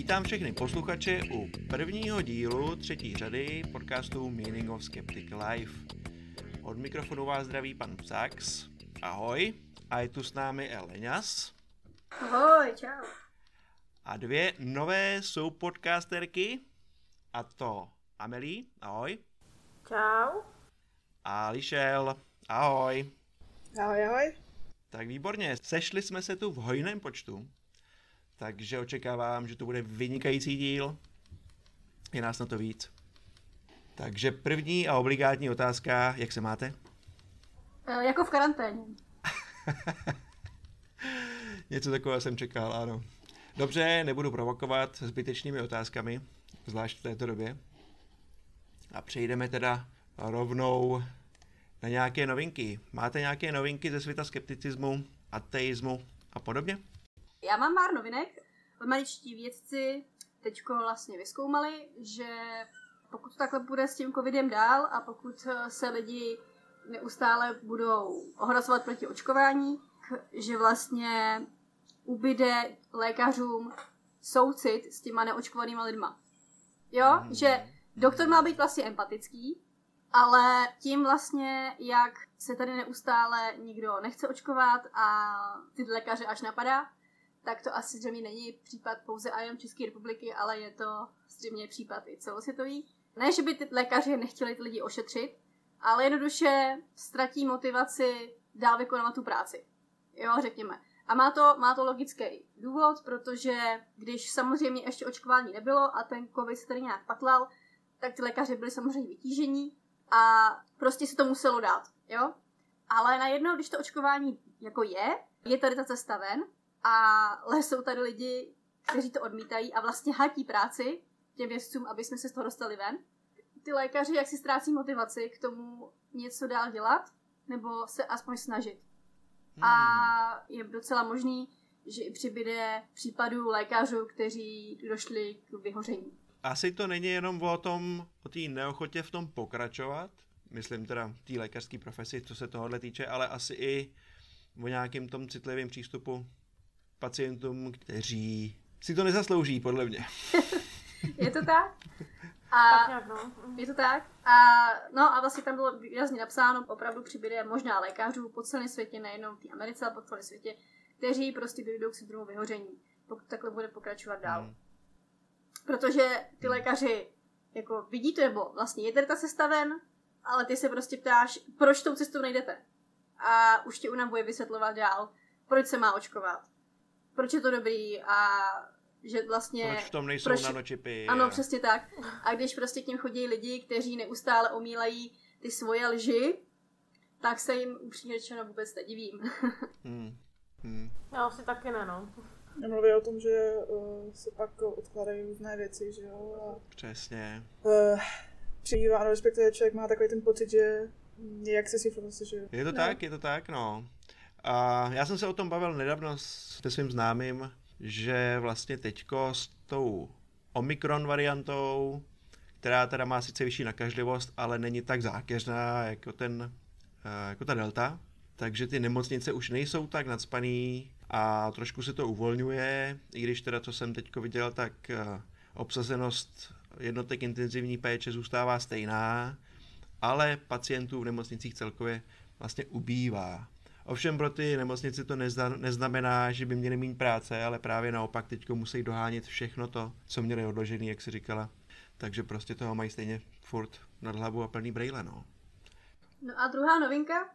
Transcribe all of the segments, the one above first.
Vítám všechny posluchače u prvního dílu třetí řady podcastu Meaning of Skeptic Life. Od mikrofonu vás zdraví pan Psax. Ahoj. A je tu s námi Eleňas. Ahoj, čau. A dvě nové soupodcasterky. A to Amelie. Ahoj. Čau. A Lišel. Ahoj. Ahoj, ahoj. Tak výborně, sešli jsme se tu v hojném počtu. Takže očekávám, že to bude vynikající díl. Je nás na to víc. Takže první a obligátní otázka, jak se máte? Jako v karanténě. Něco takového jsem čekal, ano. Dobře, nebudu provokovat zbytečnými otázkami, zvlášť v této době. A přejdeme teda rovnou na nějaké novinky. Máte nějaké novinky ze světa skepticismu, ateismu a podobně? Já mám pár novinek. Američtí vědci teďko vlastně vyzkoumali, že pokud takhle bude s tím covidem dál a pokud se lidi neustále budou ohrazovat proti očkování, že vlastně ubyde lékařům soucit s těma neočkovanýma lidma. Jo? Že doktor má být vlastně empatický, ale tím vlastně, jak se tady neustále nikdo nechce očkovat a ty lékaře až napadá, tak to asi zřejmě není případ pouze a jen České republiky, ale je to zřejmě případ i celosvětový. Ne, že by ty lékaři nechtěli ty lidi ošetřit, ale jednoduše ztratí motivaci dál vykonávat tu práci. Jo, řekněme. A má to logický důvod, protože když samozřejmě ještě očkování nebylo a ten covid se tady nějak patlal, tak ty lékaři byli samozřejmě vytížení a prostě se to muselo dát, jo. Ale najednou, když to očkování jako je tady ta cesta ven, ale jsou tady lidi, kteří to odmítají a vlastně hatí práci těm vědcům, aby jsme se z toho dostali ven. Ty lékaři jak si ztrácí motivaci k tomu něco dál dělat, nebo se aspoň snažit. A je docela možný, že i přibyde případů lékařů, kteří došli k vyhoření. Asi to není jenom o té neochotě v tom pokračovat, myslím teda té lékařské profesi, co se tohohle týče, ale asi i o nějakým tom citlivým přístupu pacientům, kteří si to nezaslouží, podle mě. Je to tak? Je to tak? A vlastně tam bylo výrazně napsáno, opravdu přibyde možná lékařů po celém světě, nejenom v té Americe, ale po celém světě, kteří prostě dojdou k syndromu vyhoření, pokud takhle bude pokračovat dál. Protože ty lékaři jako vidí to, nebo vlastně je tady ta cesta ven, ale ty se prostě ptáš, proč tou cestou nejdete? A už ti bude vysvětlovat dál, proč se má očkovat, proč je to dobrý a že vlastně... Proč v tom nejsou nanočipy. Ano, přesně tak. A když prostě k něm chodí lidi, kteří neustále omílají ty svoje lži, tak se jim upřímně řečeno vůbec nedivím. Já asi taky ne, no. Nemluví o tom, že se pak odkládají různé věci, že jo? A přesně. Přibývá, respektive člověk má takový ten pocit, že jak se si prostě, že jo? Je to tak, no. A já jsem se o tom bavil nedávno se svým známým, že vlastně teďko s tou Omikron variantou, která teda má sice vyšší nakažlivost, ale není tak zákeřná jako ta delta, takže ty nemocnice už nejsou tak nacpaný a trošku se to uvolňuje, i když teda, co jsem teďko viděl, tak obsazenost jednotek intenzivní péče zůstává stejná, ale pacientů v nemocnicích celkově vlastně ubývá. Ovšem pro ty nemocnice to neznamená, že by měli méně práce, ale právě naopak teďko musí dohánět všechno to, co měli odložený, jak si říkala. Takže prostě toho mají stejně furt nad hlavu a plný brejle, no. No a druhá novinka,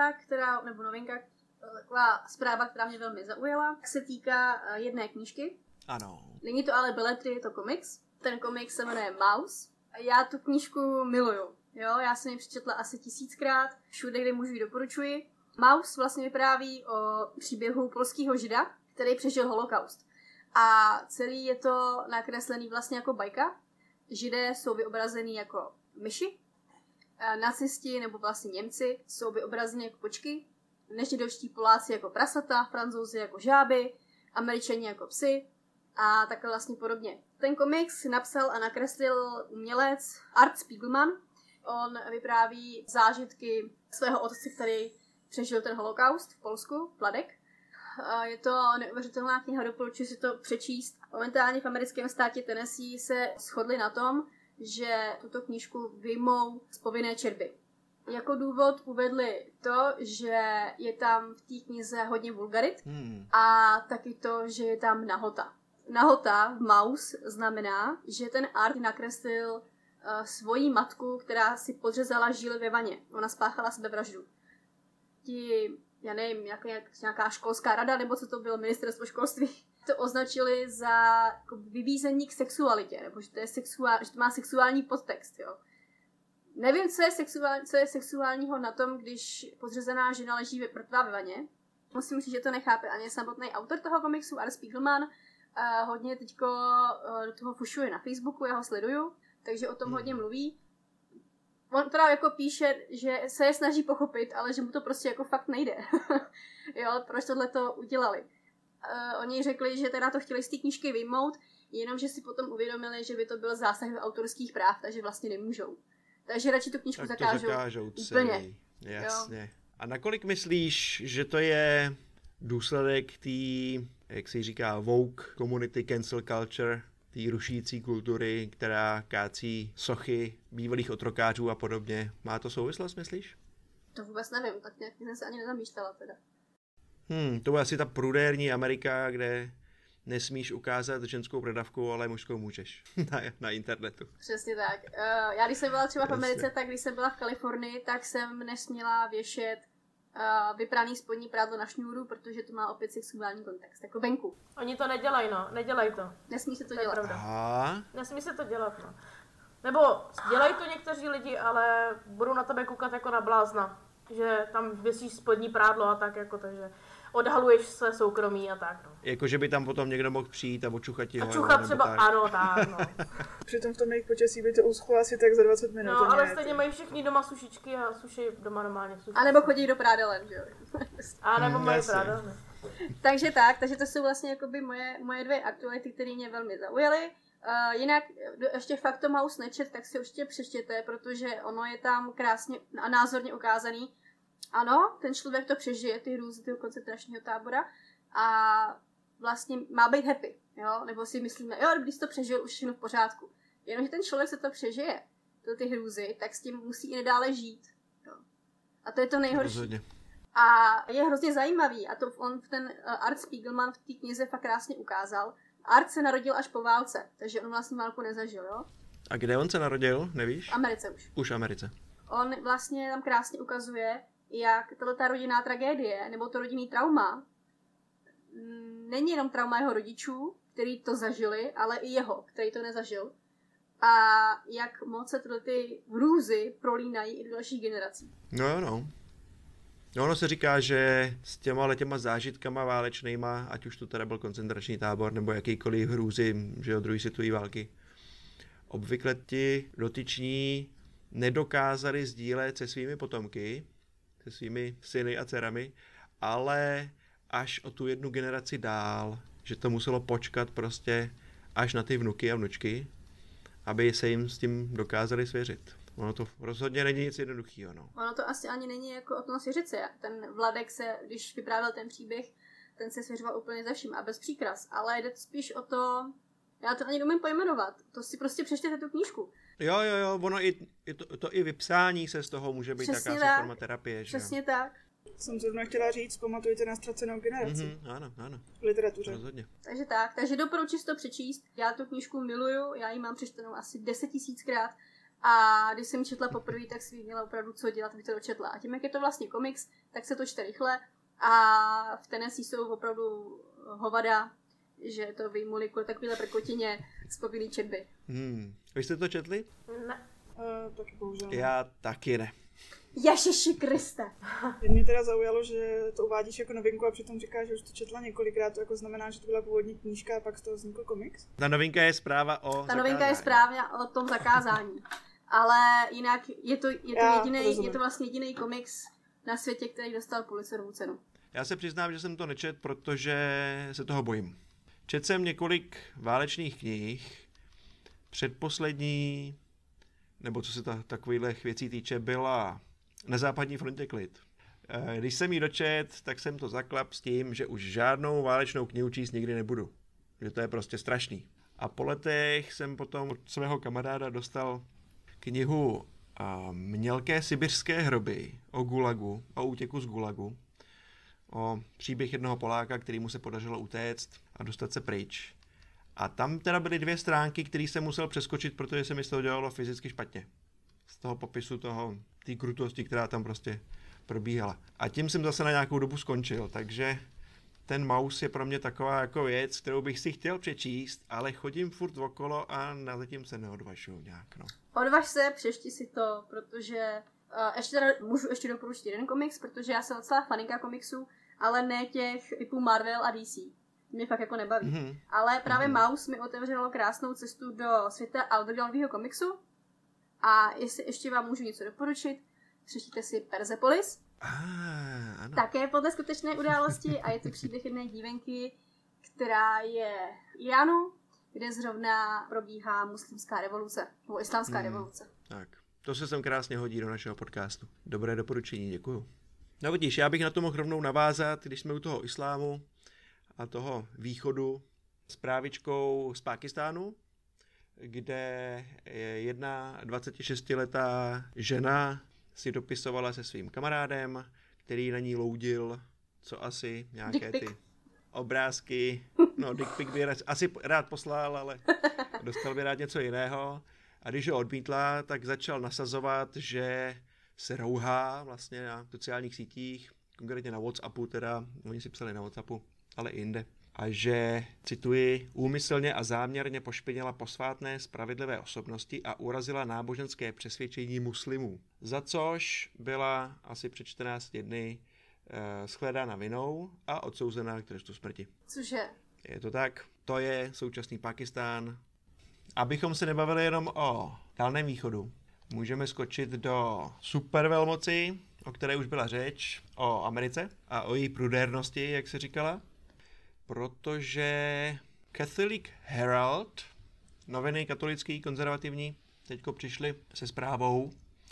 taková zpráva, která mě velmi zaujala, se týká jedné knížky. Ano. Není to ale beletry, je to komiks. Ten komiks se jmenuje Mouse. A já tu knížku miluju. Jo, já jsem ji přečetla asi 1000krát. Všude, kde můžu, ji doporučuji. Mouse vlastně vypráví o příběhu polského žida, který přežil holokaust. A celý je to nakreslený vlastně jako bajka. Židé jsou vyobrazený jako myši. Nacisti nebo vlastně Němci jsou vyobrazeni jako kočky. Nežidovští Poláci jako prasata, Francouzi jako žáby, Američani jako psy a takhle vlastně podobně. Ten komiks napsal a nakreslil umělec Art Spiegelman. On vypráví zážitky svého otce, který přežil ten holokaust v Polsku, Vladek. je to neuvěřitelná kniha, doporučuji si to přečíst. Momentálně v americkém státě Tennessee se shodli na tom, že tuto knížku vyjmou z povinné četby. Jako důvod uvedli to, že je tam v té knize hodně vulgarit a taky to, že je tam nahota. Nahota v Mouse znamená, že ten Art nakreslil svoji matku, která si podřezala žíly ve vaně. Ona spáchala sebevraždu. Já nevím, nějaká školská rada, nebo co to bylo, ministerstvo školství, to označili za jako vybízení k sexualitě, nebo že to, že to má sexuální podtext, jo. Nevím, co je sexuálního na tom, když podřezaná žena leží mrtvá ve vaně. Musím říct, že to nechápe ani samotný autor toho komiksu, Art Spiegelman. Hodně teďko do toho fušuje na Facebooku, já ho sleduju, takže o tom hodně mluví. On teda jako píše, že se je snaží pochopit, ale že mu to prostě jako fakt nejde. Jo, proč tohle to udělali. Oni řekli, že teda to chtěli z té knížky vyjmout, jenomže si potom uvědomili, že by to byl zásah do autorských práv, takže vlastně nemůžou. Takže radši tu knížku zakážou úplně. Jasně. Jo. A nakolik myslíš, že to je důsledek té, jak se říká, woke community cancel culture, té rušící kultury, která kácí sochy bývalých otrokářů a podobně? Má to souvislost, myslíš? To vůbec nevím, tak nějak jsem se ani nezamýšlela teda. To bude asi ta prudérní Amerika, kde nesmíš ukázat ženskou bradavku, ale mužskou můžeš na internetu. Přesně tak. Já když jsem byla třeba v Americe, tak když jsem byla v Kalifornii, tak jsem nesměla věšet vypraný spodní prádlo na šňůru, protože to má opět sexuální kontext, jako venku. Oni to nedělají, no, nedělají to. Nesmí se to dělat. Nesmí se to dělat, no. Nebo dělají to někteří lidi, ale budou na tebe koukat jako na blázna. Že tam věsíš spodní prádlo a tak jako, takže odhaluješ své soukromí a tak, no. Jako, že by tam potom někdo mohl přijít a očuchat ti ho. A čuchat třeba, tak. Ano, tak, no. Přitom v tom jejich počasí by to uschlo asi tak za 20 minut. No, ale stejně mají všichni doma sušičky a suší doma normálně sušičky. A nebo chodí do prádelen, že jo. A nebo mají prádelen. Takže to jsou vlastně jakoby moje dvě aktuality, které mě velmi zaujaly. Jinak ještě fakt to Mouse nečet, tak si určitě přečtěte, protože ono je tam krásně a názorně ukázaný. Ano, ten člověk to přežije, ty hrůzy toho koncentračního tábora a vlastně má být happy, jo? Nebo si myslíme, jo, když to přežil, už všechno v pořádku. Jenomže ten člověk se to přežije, ty hrůzy, tak s tím musí i nadále žít. Jo? A to je to nejhorší. Rozhodně. A je hrozně zajímavý, a to on ten Art Spiegelman v té knize fakt krásně ukázal. Art se narodil až po válce, takže on vlastně válku nezažil, jo? A kde on se narodil, nevíš? V Americe už. Už v Americe. On vlastně tam krásně ukazuje, jak ta rodinná tragédie, nebo to rodinný trauma, není jenom trauma jeho rodičů, který to zažili, ale i jeho, který to nezažil. A jak moc se tyhle ty hrůzy prolínají i do dalších generací. No. Ono se říká, že s těma zážitkama válečnejma, ať už to teda byl koncentrační tábor, nebo jakýkoliv hrůzy, že od druhé světové války, obvykle ti dotyční nedokázali sdílet se svými potomky, se svými syny a dcerami, ale až o tu jednu generaci dál, že to muselo počkat prostě až na ty vnuky a vnučky, aby se jim s tím dokázali svěřit. Ono to rozhodně není nic jednoduchého, no. Ono to asi ani není jako o tom svěřit se. Ten Vladek se, když vyprávěl ten příběh, ten se svěřoval úplně ze vším a bez příkras, ale jde spíš o to, já to ani nemůžu pojmenovat, to si prostě přečtěte tu knížku. Jo, ono to i vypsání se z toho může být taková forma terapie, že Přesně tak. Jsem zrovna chtěla říct, pamatujte na ztracenou generaci. Ano. V literatuře. Rozhodně. Takže doporučuji si to přečíst. Já tu knížku miluju, já ji mám přečtenou asi 10 000krát a když jsem četla poprvé, tak si měla opravdu co dělat, abych to dočetla. A tím, jak je to vlastně komiks, tak se to čte rychle a v Tennessee jsou opravdu hovada, že to vyjmuli kvůli takovéhle prkotině z povinný četby. Vy jste to četli? Ne. Taky bohužel. Já taky ne. Ježiši Kriste. Mě teda zaujalo, že to uvádíš jako novinku a přitom říkáš, že už to četla několikrát, to jako znamená, že to byla původní knížka a pak z toho vznikl komiks? Ta novinka je zpráva o zakázání. Novinka je zpráva o tom zakázání. Ale jinak je to vlastně jediný komiks na světě, který dostal Pulitzerovu cenu. Já se přiznám, že jsem to nečet, protože se toho bojím. Četl jsem několik válečných knih. Předposlední, nebo co se takovýchhle věcí týče, byla Na západní frontě klid. Když jsem ji dočet, tak jsem to zaklap s tím, že už žádnou válečnou knihu číst nikdy nebudu. Že to je prostě strašný. A po letech jsem potom od svého kamaráda dostal knihu Mělké sibirské hroby o Gulagu, o útěku z Gulagu. O příběh jednoho Poláka, kterýmu se podařilo utéct a dostat se pryč. A tam teda byly 2 stránky, které jsem musel přeskočit, protože se mi z toho dělalo fyzicky špatně. Z toho popisu té krutosti, která tam prostě probíhala. A tím jsem zase na nějakou dobu skončil, takže ten Maus je pro mě taková jako věc, kterou bych si chtěl přečíst, ale chodím furt okolo a na zatím se neodvažuju nějak, no. Odvaž se, přečti si to, protože můžu ještě doporučit jeden komiks, protože já jsem docela faninka komiksů, ale ne těch typů Marvel a DC. Mě fakt jako nebaví. Mm-hmm. Ale právě Maus mi otevřelo krásnou cestu do světa undergroundového komiksu. A jestli ještě vám můžu něco doporučit, přečtěte si Persepolis. Ano. Také podle skutečné události a je to příběh jedné dívenky, která je v Iránu, kde zrovna probíhá muslimská revoluce, nebo islámská revoluce. Tak, to se sem krásně hodí do našeho podcastu. Dobré doporučení, děkuju. No vidíš, já bych na to mohl rovnou navázat, když jsme u toho islámu a toho východu, zprávičkou z Pákistánu, kde jedna 26letá žena si dopisovala se svým kamarádem, který na ní loudil, co asi nějaké ty obrázky. No, dickpic by asi rád poslal, ale dostal by rád něco jiného. A když ho odmítla, tak začal nasazovat, že se rouhá vlastně na sociálních sítích, konkrétně na WhatsAppu teda, oni si psali na WhatsAppu, ale i jinde. A že, cituji, úmyslně a záměrně pošpinila posvátné spravedlivé osobnosti a urazila náboženské přesvědčení muslimů. Za což byla asi před 14 dny shledána vinou a odsouzena k trestu smrti. Cože? Je to tak? To je současný Pákistán. Abychom se nebavili jenom o Dálném východu, můžeme skočit do supervelmoci, o které už byla řeč, o Americe a o její prudérnosti, jak se říkala. Protože Catholic Herald, noviny katolický, konzervativní, teďko přišli se zprávou,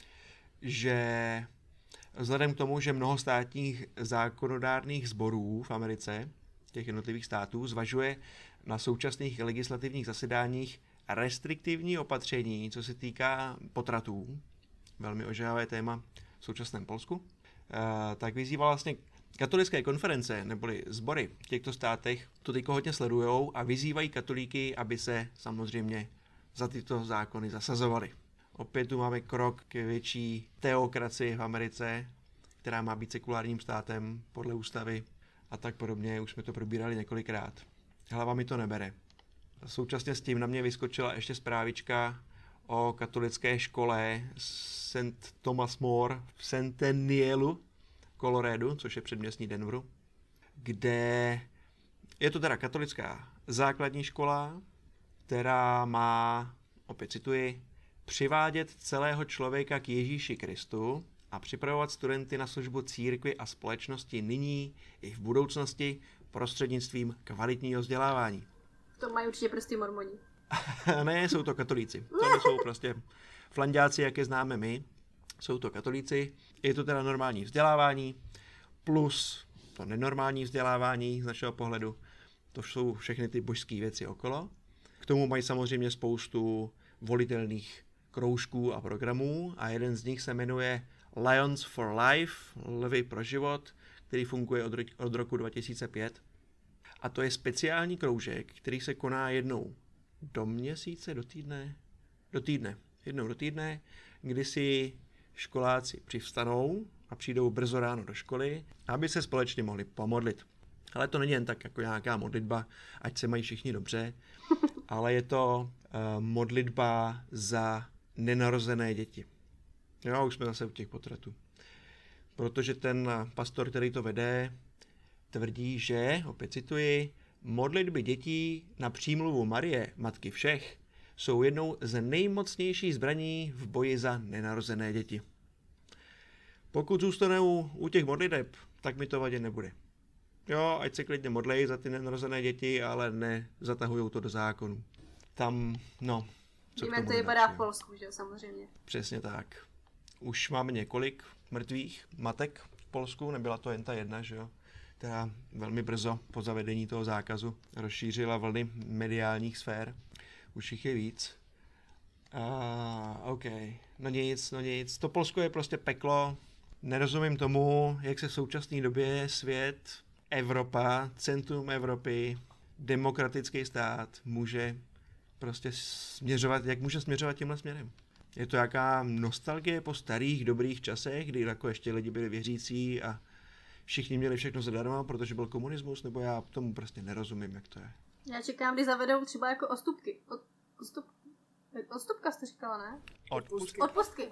že vzhledem k tomu, že mnoho státních zákonodárných sborů v Americe, těch jednotlivých států, zvažuje na současných legislativních zasedáních restriktivní opatření, co se týká potratů, velmi ožehavé téma v současném Polsku, tak vyzývá vlastně katolické konference, neboli sbory v těchto státech, to teďko hodně sledujou a vyzývají katolíky, aby se samozřejmě za tyto zákony zasazovali. Opět tu máme krok k větší teokracii v Americe, která má být sekulárním státem podle ústavy a tak podobně. Už jsme to probírali několikrát. Hlava mi to nebere. Současně s tím na mě vyskočila ještě zprávička o katolické škole St. Thomas More v Centennialu, Coloradu, což je předměstí Denveru, kde je to teda katolická základní škola, která má, opět cituji, přivádět celého člověka k Ježíši Kristu a připravovat studenty na službu církvi a společnosti nyní i v budoucnosti prostřednictvím kvalitního vzdělávání. To mají určitě prostě mormoni. Ne, jsou to katolíci. To nejsou prostě flanďáci, jak je známe my. Jsou to katolíci. Je to teda normální vzdělávání plus to nenormální vzdělávání z našeho pohledu. To jsou všechny ty božské věci okolo. K tomu mají samozřejmě spoustu volitelných kroužků a programů a jeden z nich se jmenuje Lions for Life, Lvy pro život, který funguje od roku 2005. A to je speciální kroužek, který se koná jednou do měsíce, jednou do týdne, kdy si školáci přivstanou a přijdou brzo ráno do školy, aby se společně mohli pomodlit. Ale to není jen tak jako nějaká modlitba, ať se mají všichni dobře, ale je to modlitba za nenarozené děti. Jo, už jsme zase u těch potratů. Protože ten pastor, který to vede, tvrdí, že, opět cituji, modlitby dětí na přímluvu Marie, matky všech, jsou jednou z nejmocnějších zbraní v boji za nenarozené děti. Pokud zůstanou u těch modliteb, tak mi to vadit nebude. Jo, ať se klidně modlej za ty nenarozené děti, ale nezatahujou to do zákonu. Tam, no... Víme, to vypadá v Polsku, že samozřejmě. Přesně tak. Už máme několik mrtvých matek v Polsku, nebyla to jen ta jedna, že jo, která velmi brzo po zavedení toho zákazu rozšířila vlny mediálních sfér. Už jich je víc. OK, no nic. To Polsko je prostě peklo. Nerozumím tomu, jak se v současné době svět, Evropa, centrum Evropy, demokratický stát může prostě směřovat, jak může směřovat tímhle směrem. Je to jaká nostalgie po starých dobrých časech, kdy jako ještě lidi byli věřící a všichni měli všechno zadarmo, protože byl komunismus, nebo já tomu prostě nerozumím, jak to je. Já čekám, kdy zavedou třeba jako odstupky. Odstupka jste říkala, ne? Odpustky.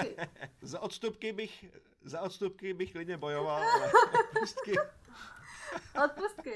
Za odstupky bych klidně bojoval, ale Odpustky,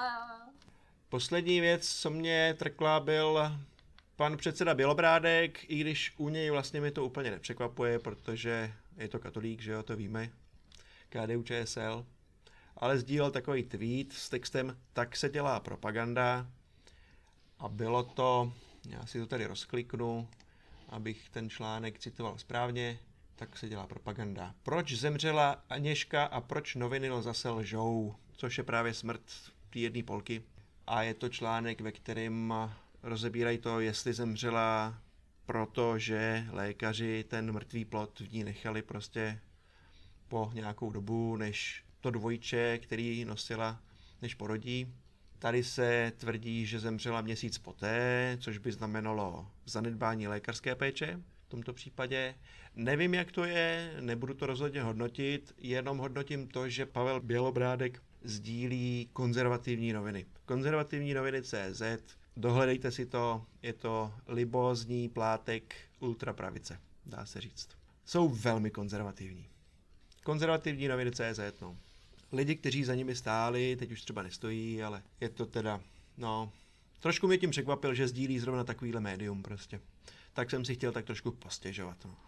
Poslední věc, co mě trkla, byl pan předseda Bělobrádek, i když u něj vlastně mi to úplně nepřekvapuje, protože je to katolík, že jo, to víme, KDU-ČSL, ale sdílel takový tweet s textem "Tak se dělá propaganda" a bylo to, já si to tady rozkliknu, abych ten článek citoval správně, "Tak se dělá propaganda. Proč zemřela Aněška a proč noviny zase lžou?" Což je právě smrt té jedné Polky. A je to článek, ve kterém rozebírají to, jestli zemřela protože lékaři ten mrtvý plod v ní nechali prostě po nějakou dobu, než to dvojče, který nosila, než porodí. Tady se tvrdí, že zemřela měsíc poté, což by znamenalo zanedbání lékařské péče v tomto případě. Nevím, jak to je, nebudu to rozhodně hodnotit, jenom hodnotím to, že Pavel Bělobrádek sdílí konzervativní noviny. Konzervativní noviny CZ, dohledejte si to, je to libózní plátek ultrapravice, dá se říct. Jsou velmi konzervativní. Konzervativní noviny CZ, no. Lidi, kteří za nimi stáli, teď už třeba nestojí, ale je to teda, no, trošku mě tím překvapil, že sdílí zrovna takovýhle médium prostě. Tak jsem si chtěl tak trošku postěžovat, no.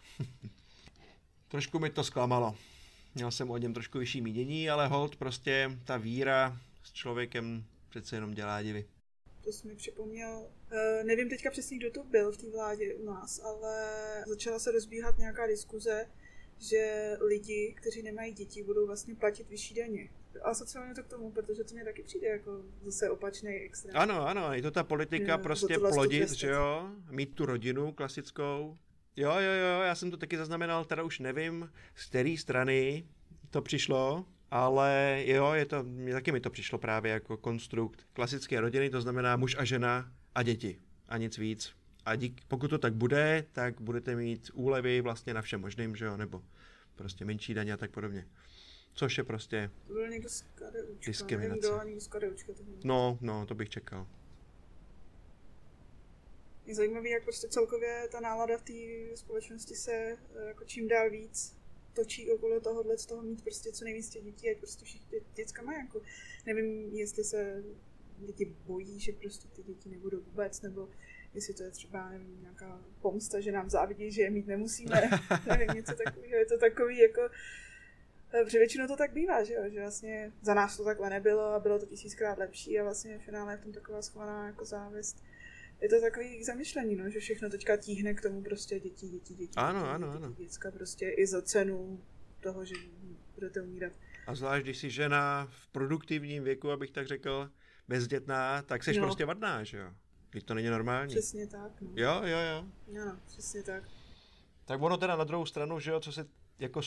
Trošku mi to zklamalo. Měl jsem o něm trošku vyšší mínění, ale hold prostě ta víra s člověkem přece jenom dělá divy. To jsi mi připomněl. Nevím teďka přesně, kdo to byl v té vládě u nás, ale začala se rozbíhat nějaká diskuze, že lidi, kteří nemají děti, budou vlastně platit vyšší daně. A sociálně to k tomu, protože to mě taky přijde jako zase opačný extrém. Ano, je to ta politika prostě plodit, že jo, mít tu rodinu klasickou. Jo, já jsem to taky zaznamenal, teda už nevím, z které strany to přišlo, ale jo, taky mi to přišlo právě jako konstrukt klasické rodiny, to znamená muž a žena a děti a nic víc. A pokud to tak bude, tak budete mít úlevy vlastně na všem možným, že jo, nebo prostě menší daně a tak podobně. Což je prostě to byl někdo z KDUčka, diskriminace. Nevím, kdo, někdo z KDUčka to byl. No, to bych čekal. Je zajímavý, jak prostě celkově ta nálada v té společnosti se jako čím dál víc točí okolo tohohle z toho mít prostě co nejvíc těch dětí, ať prostě všichni děcka mají jako. Nevím, jestli se děti bojí, že prostě ty děti nebudou vůbec, nebo jestli to je třeba, nevím, nějaká pomsta, že nám závidí, že je mít nemusíme, nevím, něco takového, je to takový jako, protože většinou to tak bývá, že jo, že vlastně za nás to takhle nebylo a bylo to 1000krát lepší a vlastně v finále je v tom taková schovaná jako závist. Je to takový zamyšlení, no, že všechno teďka tíhne k tomu prostě děti. Ano. Děcka prostě i za cenu toho, že budete umírat. A zvlášť, když jsi žena v produktivním věku, abych tak řekl, bezdětná, tak seš prostě vadná, že jo? Když to není normální. Přesně tak, no. Jo. No, přesně tak. Tak ono teda na druhou stranu, že jo, co se jako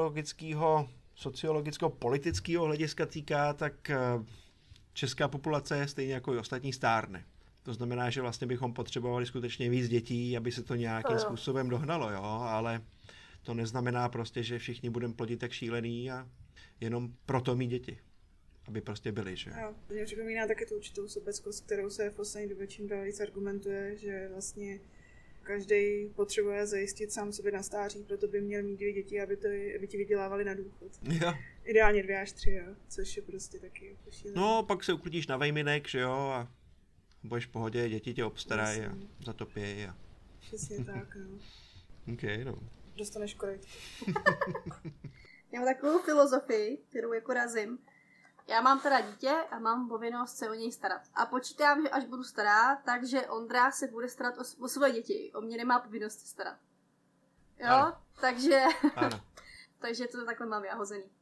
sociologicko-politického hlediska týká, tak česká populace stejně jako i ostatní stárne. To znamená, že vlastně bychom potřebovali skutečně víc dětí, aby se to nějakým způsobem dohnalo, jo, ale to neznamená prostě, že všichni budeme plodit tak šílený a jenom proto mít děti, aby prostě byli, že? Jo, to mě připomíná taky tu určitou sobeckost, kterou se v poslední době čím dál víc argumentuje, že vlastně každý potřebuje zajistit sám sobě na stáří, proto by měl mít 2 děti, aby ti vydělávali na důchod. Jo. Ideálně 2 až 3, jo, což je prostě taky šílené. No, pak se uklidíš na vejminek, že jo, a budeš v pohodě, děti tě obstarají a zatopějí. A... Přesně tak, no. OK, no. Dostaneš korektku. Já mám takovou filozofii, kterou jako razím. Já mám teda dítě a mám povinnost se o něj starat. A počítám, že až budu stará, takže Ondra se bude starat o svoje děti. O mě nemá povinnost se starat. Jo? Ano. Takže... Ano. takže to takhle mám já hozený.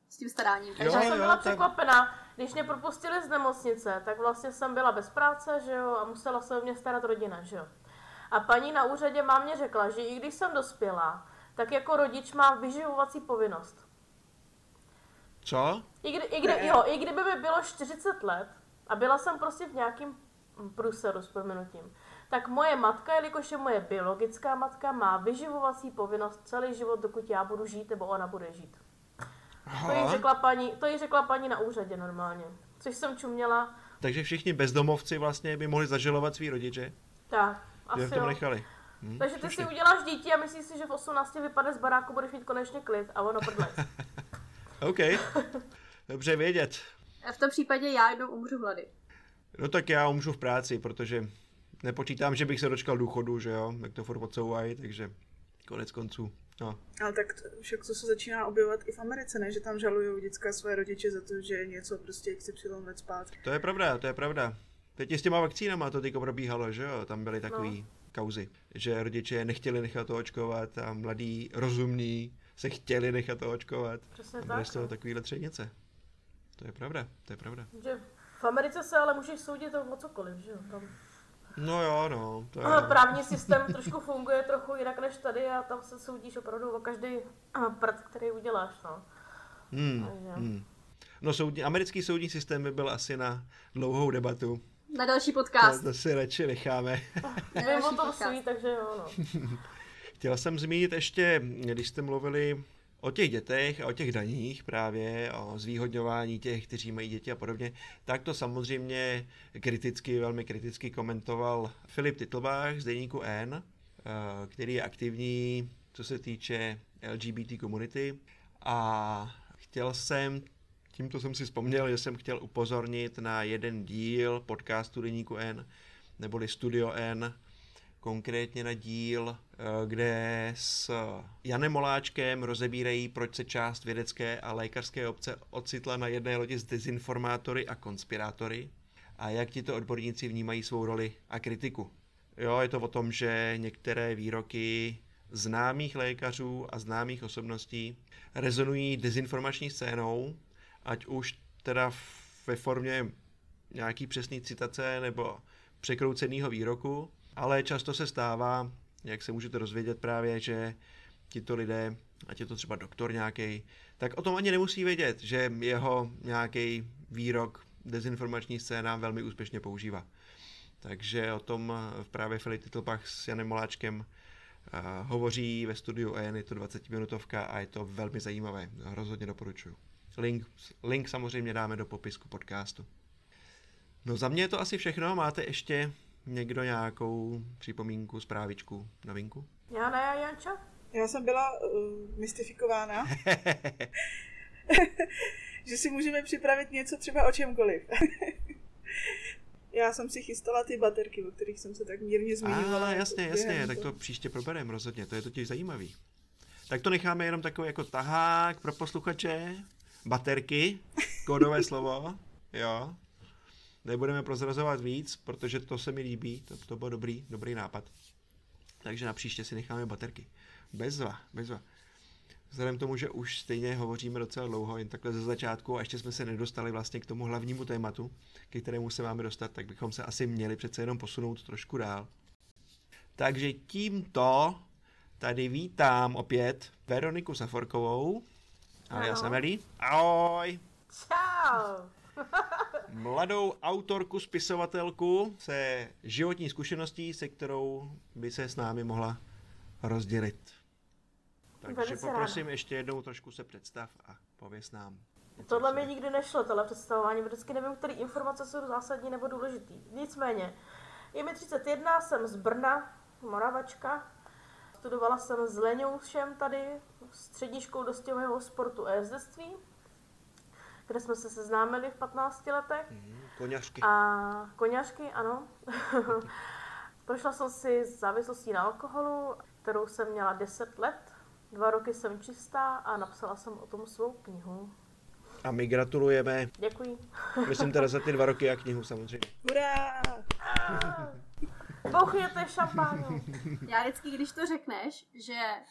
s tím staráním. Takže jsem byla překvapená, když mě propustili z nemocnice, tak vlastně jsem byla bez práce, že jo, a musela se o mě starat rodina, že jo. A paní na úřadě mámě řekla, že i když jsem dospělá, tak jako rodič má vyživovací povinnost. Co? I kdyby mi bylo 40 let a byla jsem prostě v nějakém průseru s prominutím, tak moje matka, jelikož je moje biologická matka, má vyživovací povinnost celý život, dokud já budu žít, nebo ona bude žít. To jí řekla paní na úřadě normálně, což jsem čuměla. Takže všichni bezdomovci vlastně by mohli zažalovat svý rodiče? Tak, asi to nechali. Takže ty si uděláš dítě a myslíš si, že v 18 vypadne z baráku, budeš mít konečně klid a ono prdlec. OK, dobře vědět. A v tom případě já jednou umřu hlady. No tak já umřu v práci, protože nepočítám, že bych se dočkal důchodu, že jo, jak to furt odsouvají, takže konec konců, no. Ale tak však to se začíná objevovat i v Americe, ne? Že tam žalují děcka své rodiče za to, že něco prostě XY let zpátky. To je pravda. Teď i s těma vakcínama to teďko probíhalo, že jo, tam byly takový kauzy, že rodiče nechtěli nechat to očkovat a mladí, rozumní se chtěli nechat to očkovat. Přesně a byly tak. z toho takovýhle třenice. To je pravda. Že v Americe se ale můžeš soudit o cokoliv, že jo? Tam... No jo, no. To je... Právní systém trošku funguje trochu jinak než tady a tam se soudíš opravdu o každý prd, který uděláš, no. No americký soudní systém by byl asi na dlouhou debatu. Na další podcast. To si radši necháme. Vím o tom svý, takže jo, no. Chtěla jsem zmínit ještě, když jste mluvili o těch dětech a o těch daních právě, o zvýhodňování těch, kteří mají děti a podobně, tak to samozřejmě velmi kriticky komentoval Filip Titlbach z deníku N, který je aktivní, co se týče LGBT komunity, a tímto jsem si vzpomněl, že jsem chtěl upozornit na jeden díl podcastu deníku N, neboli Studio N, konkrétně na díl, kde s Janem Moláčkem rozebírají, proč se část vědecké a lékařské obce ocitla na jedné lodi s dezinformátory a konspirátory a jak tito odborníci vnímají svou roli a kritiku. Jo, je to o tom, že některé výroky známých lékařů a známých osobností rezonují dezinformační scénou, ať už teda ve formě nějaký přesný citace nebo překrouceného výroku, ale často se stává, jak se můžete dozvědět právě, že tito lidé, ať je to třeba doktor nějaký, tak o tom ani nemusí vědět, že jeho nějaký výrok dezinformační scéna velmi úspěšně používá. Takže o tom právě Filip Titlbach s Janem Moláčkem hovoří ve studiu N, je to 20-minutovka a je to velmi zajímavé, rozhodně doporučuji. Link samozřejmě dáme do popisku podcastu. No za mě je to asi všechno, máte ještě někdo nějakou připomínku, zprávičku, novinku? Já ne, Janča? Já jsem byla mystifikována, že si můžeme připravit něco třeba o čemkoliv. Já jsem si chystala ty baterky, o kterých jsem se tak mírně zmiňovala. Jasně, tak to příště probereme rozhodně, to je totiž zajímavý. Tak to necháme jenom takový jako tahák pro posluchače, baterky, kódové slovo, jo. Nebudeme prozrazovat víc, protože to se mi líbí, to byl dobrý nápad. Takže na příště si necháme baterky. Bezva. Vzhledem k tomu, že už stejně hovoříme docela dlouho, jen takhle ze začátku a ještě jsme se nedostali vlastně k tomu hlavnímu tématu, ke kterému se máme dostat, tak bychom se asi měli přece jenom posunout trošku dál. Takže tímto tady vítám opět Veroniku Saforkovou. Alias Amelie. Ahoj. Čau. Mladou autorku, spisovatelku se životní zkušeností, se kterou by se s námi mohla rozdělit. Takže poprosím ještě jednou, trošku se představ a pověz nám. Tohle mi nikdy nešlo, tohle představování, vždycky nevím, které informace jsou zásadní nebo důležitý. Nicméně, je mi 31, jsem z Brna, Moravačka. Studovala jsem s Leňoušem tady, střední školu dostihového sportu a jezdectví, kde jsme se seznámili v 15 letech. Koňařky. A koňařky, ano. Prošla jsem si závislostí na alkoholu, kterou jsem měla 10 let. 2 roky jsem čistá a napsala jsem o tom svou knihu. A my gratulujeme. Děkuji. Myslím teda za ty 2 roky a knihu samozřejmě. Hurá! Bouchněte šampánu. Já vždycky, když to řekneš, že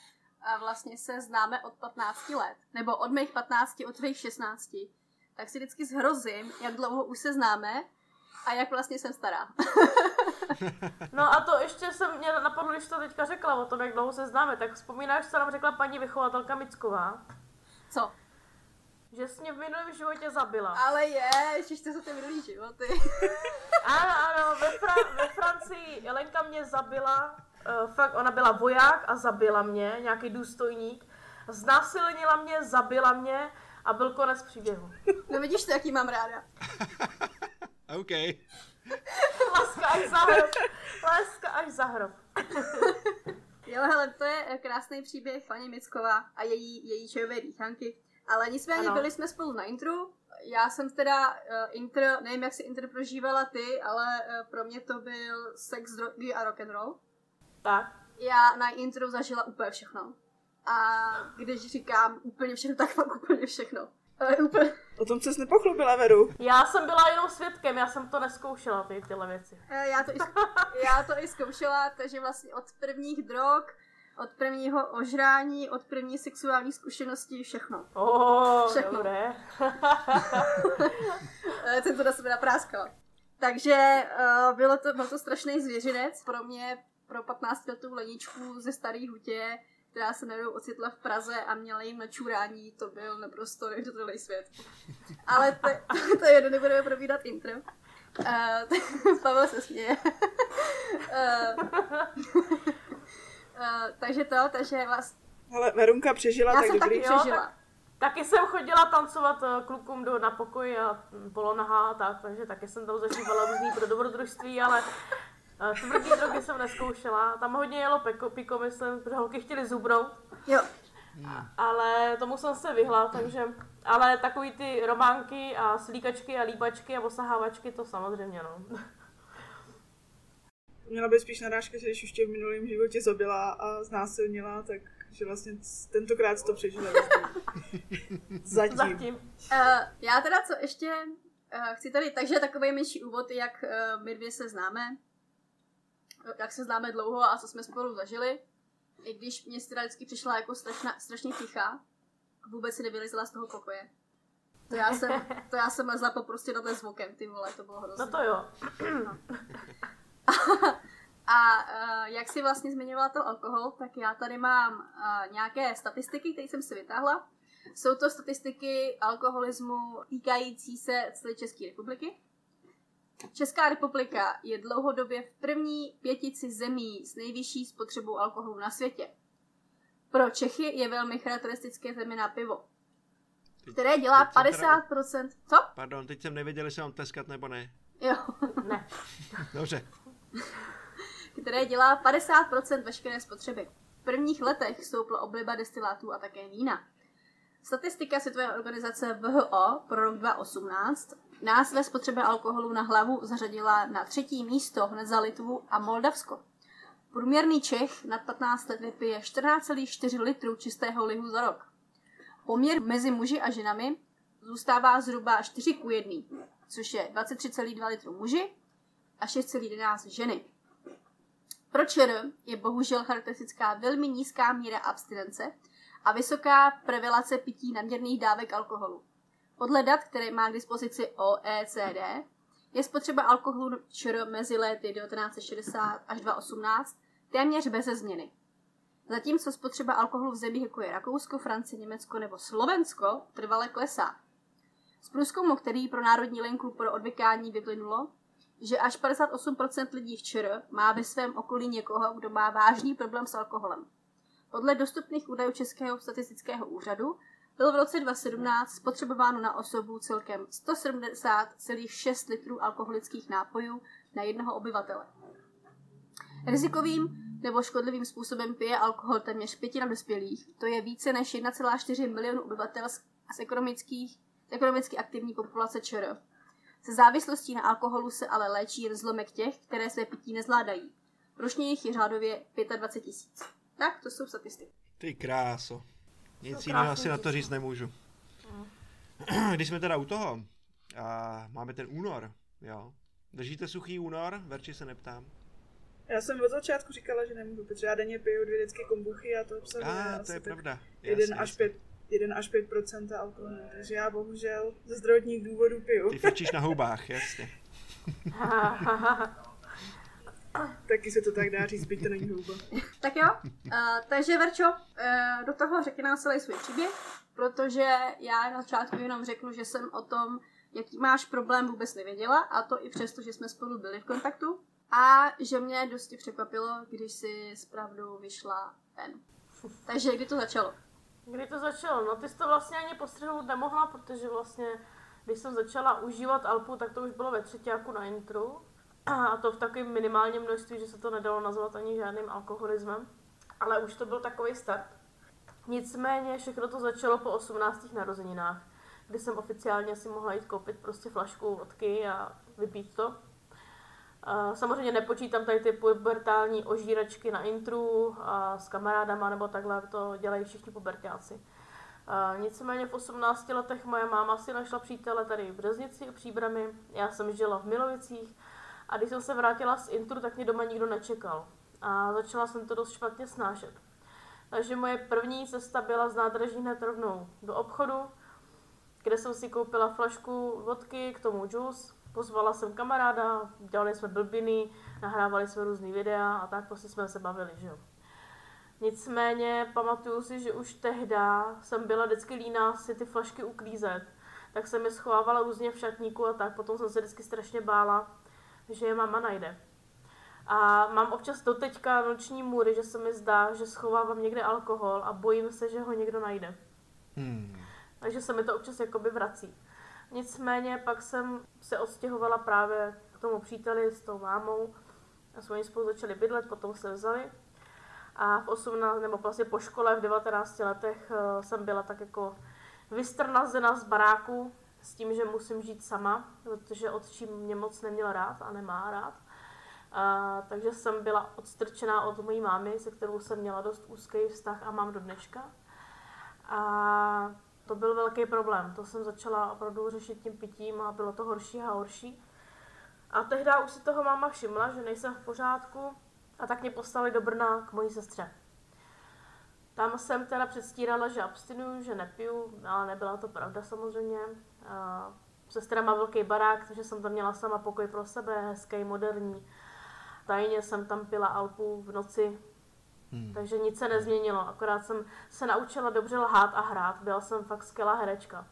a vlastně se známe od 15 let, nebo od mých 15, od tvých 16, tak si vždycky zhrozím, jak dlouho už se známe a jak vlastně jsem stará. No a to ještě mě napadlo, když to teďka řekla o tom, jak dlouho se známe, tak vzpomínáš, co nám řekla paní vychovatelka Micková? Co? Že jsi mě v minulém životě zabila. Ale ježiš, to jsou ty minulý životy. Ano, ve Francii Jelenka mě zabila, fakt ona byla voják a zabila mě, nějaký důstojník, znásilnila mě, zabila mě a byl konec příběhu. No vidíš to, jaký mám ráda. OK. Láska až za hrob. Láska až za hrob. Jo, hele, to je krásný příběh paní Micková a její čajové dýchanky. Ale nicméně byli jsme spolu na intru. Já jsem teda nevím, jak si intro prožívala ty, ale pro mě to byl sex, drogy a rock'n'roll. Tak. Já na intro zažila úplně všechno. A když říkám úplně všechno, tak fakt úplně všechno. O tom ses nepochlubila, Veru. Já jsem byla jenom svědkem, já jsem to neskoušela, tyhle věci. Já to i zkoušela, takže vlastně od prvních drog, od prvního ožrání, od první sexuální zkušenosti, všechno. Všechno. Dobré. Jsem to na sebe napráskala. Takže byl to strašný zvěřinec pro mě, pro 15letou Leničku ze Starý Hutě, která se najednou ocitla v Praze a měla jim na čurání, to byl naprosto neuvěřitelný svět. Ale to jedno, nebudeme probírat intro. Pavel se směje. Takže vlastně... Ale Verunka přežila, já tak jsem dobrý. Taky přežila. Taky jsem chodila tancovat klukům na pokoj a polonahá a tak, takže taky jsem tam zažívala různý pro dobrodružství, ale tvrdý drogy jsem neskoušela. Tam hodně jelo piko, myslím, protože holky chtěli zubnout. Jo. Ale tomu jsem se vyhla, takže... Ale takový ty románky a slíkačky a líbačky a osahávačky, to samozřejmě, no. Měla by spíš narážka, že když už tě v minulém životě zabila a znásilnila, tak že vlastně tentokrát to přežila. Zatím. Já teda co ještě chci tady, takže takový menší úvod, jak my dvě se známe, jak se známe dlouho a co jsme spolu zažili. I když mě teda vždycky přišla jako strašně tichá, vůbec si nevylezla z toho pokoje. To já jsem lezla prostě na ten zvukem, ty vole, to bylo hrozné. No to jo. No. A jak si vlastně zmiňovala to alkohol, tak já tady mám nějaké statistiky, které jsem si vytáhla. Jsou to statistiky alkoholismu týkající se celé České republiky. Česká republika je dlouhodobě v první pětici zemí s nejvyšší spotřebou alkoholu na světě. Pro Čechy je velmi charakteristické zejména pivo, které dělá 50%... Co? Pardon, teď jsem nevěděl, jestli mám tleskat nebo ne. Jo. Ne. Dobře. Které dělá 50% veškeré spotřeby. V prvních letech stoupla obliba destilátů a také vína. Statistika Světové organizace WHO pro rok 2018 nás ve spotřebě alkoholu na hlavu zařadila na 3. místo hned za Litvu a Moldavsko. Průměrný Čech nad 15 let vypije 14,4 litrů čistého lihu za rok. Poměr mezi muži a ženami zůstává zhruba 4:1, což je 23,2 litrů muži a 6,11 ženy. Pro ČR je bohužel charakteristická velmi nízká míra abstinence a vysoká prevalace pití nadměrných dávek alkoholu. Podle dat, které má k dispozici OECD, je spotřeba alkoholu ČR mezi lety 1960 až 2018 téměř beze změny. Zatímco spotřeba alkoholu v zemích jako je Rakousko, Francie, Německo nebo Slovensko trvale klesá. Z průzkumu, který pro Národní linku pro odvykání vyplynulo, že až 58% lidí v ČR má ve svém okolí někoho, kdo má vážný problém s alkoholem. Podle dostupných údajů Českého statistického úřadu bylo v roce 2017 spotřebováno na osobu celkem 170,6 litrů alkoholických nápojů na jednoho obyvatele. Rizikovým nebo škodlivým způsobem pije alkohol téměř 5% dospělých, to je více než 1,4 milionu obyvatel z ekonomicky aktivní populace ČR. Se závislostí na alkoholu se ale léčí jen zlomek těch, které své pití nezvládají. Ročně jich je řádově 25 000. Tak, to jsou statistiky. Ty kráso. Nic jiného asi na to říct nemůžu. Když jsme teda u toho, máme ten únor, jo. Držíte suchý únor? Verči se neptám. Já jsem od začátku říkala, že nemůžu, protože já denně piju 2 lidsky kombuchy a to obsahuje to je pravda. 1 až 5% alkoholu, takže já bohužel ze zdravotních důvodů piju. Ty frčíš na houbách, jasně. Taky se to tak dá říct, byť to není houba. Tak jo, takže Verčo, do toho řekni nám celý svůj příběh, protože já na začátku jenom řeknu, že jsem o tom, jaký máš problém, vůbec nevěděla, a to i přesto, že jsme spolu byli v kontaktu. A že mě dosti překvapilo, když si s pravdou vyšla ven. Takže kdy to začalo? Kdy to začalo? No ty jsi to vlastně ani postřehnout nemohla, protože vlastně, když jsem začala užívat Alpu, tak to už bylo ve třetíku na intru. A to v takovém minimálním množství, že se to nedalo nazvat ani žádným alkoholismem. Ale už to byl takový start. Nicméně všechno to začalo po 18. narozeninách, kdy jsem oficiálně si mohla jít koupit prostě flašku vodky a vypít to. Samozřejmě nepočítám tady ty pubertální ožíračky na intru a s kamarádama nebo takhle, to dělají všichni puberťáci. Nicméně v 18 letech moje máma si našla přítele tady v Březnici u Příbrami, já jsem žila v Milovicích a když jsem se vrátila z intru, tak mě doma nikdo nečekal a začala jsem to dost špatně snášet. Takže moje první cesta byla z nádraží hned rovnou do obchodu, kde jsem si koupila flašku vodky, k tomu džus. Pozvala jsem kamaráda, dělali jsme blbiny, nahrávali jsme různý videa a tak prostě jsme se bavili, že jo. Nicméně pamatuju si, že už tehda jsem byla vždycky líná si ty flašky uklízet, tak jsem je schovávala různě v šatníku a tak, potom jsem se vždycky strašně bála, že je máma najde. A mám občas doteďka noční můry, že se mi zdá, že schovávám někde alkohol a bojím se, že ho někdo najde. Takže se mi to občas jakoby vrací. Nicméně pak jsem se odstěhovala právě k tomu příteli s tou mámou a jsme spolu začali bydlet, potom se vzali. A v 18, nebo vlastně po škole v 19 letech jsem byla tak jako vystrnazena z baráku s tím, že musím žít sama, protože otčí mě moc neměl rád a nemá rád. Takže jsem byla odstrčená od mojí mámy, se kterou jsem měla dost úzký vztah a mám do dneška. A to byl velký problém, to jsem začala opravdu řešit tím pitím a bylo to horší a horší. A tehdy už si toho máma všimla, že nejsem v pořádku a tak mě poslali do Brna k mojí sestře. Tam jsem teda předstírala, že abstinuju, že nepiju, ale nebyla to pravda samozřejmě. Sestra má velký barák, takže jsem tam měla sama pokoj pro sebe, hezký, moderní. Tajně jsem tam pila Alpu v noci, takže nic se nezměnilo, akorát jsem se naučila dobře lhát a hrát, byla jsem fakt skvělá herečka.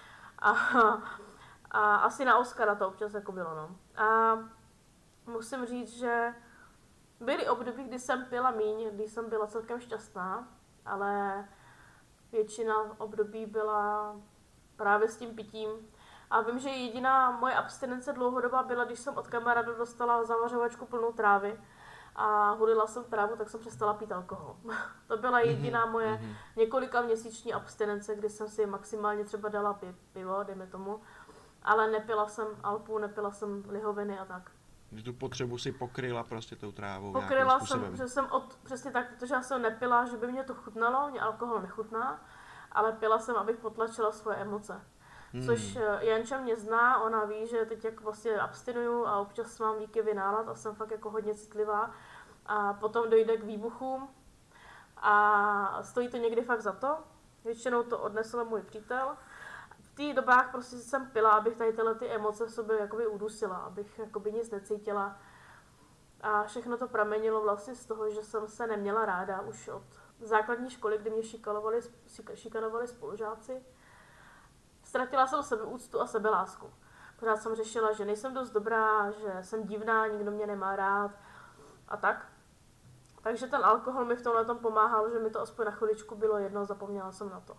A asi na Oscara to občas jako bylo, no. A musím říct, že byly období, kdy jsem pila míň, kdy jsem byla celkem šťastná, ale většina období byla právě s tím pitím. A vím, že jediná moje abstinence dlouhodobá byla, když jsem od kamaráda dostala zavařovačku plnou trávy a hulila jsem trávu, tak jsem přestala pít alkohol. To byla jediná moje několika měsíční abstinence, kdy jsem si maximálně třeba dala pivo, dejme tomu, ale nepila jsem Alpu, nepila jsem lihoviny a tak. Že tu potřebu si pokryla prostě tou trávou. Pokryla jsem, že jsem přesně tak, protože já jsem nepila, že by mě to chutnalo, mě alkohol nechutná, ale pila jsem, abych potlačila svoje emoce. Což Janča mě zná, ona ví, že teď jak vlastně abstinuju a občas mám výkyvy nálad a jsem fakt jako hodně citlivá a potom dojde k výbuchům a stojí to někdy fakt za to. Většinou to odnesl můj přítel. V té dobách prostě jsem pila, abych tady tyhle ty emoce v sobě jakoby udusila, abych jakoby nic necítila. A všechno to pramenilo vlastně z toho, že jsem se neměla ráda už od základní školy, kdy mě šikanovali spolužáci. Ztratila jsem sebeúctu a sebelásku. Pořád jsem řešila, že nejsem dost dobrá, že jsem divná, nikdo mě nemá rád a tak. Takže ten alkohol mi v tomhle tom pomáhal, že mi to aspoň na chviličku bylo jedno, zapomněla jsem na to.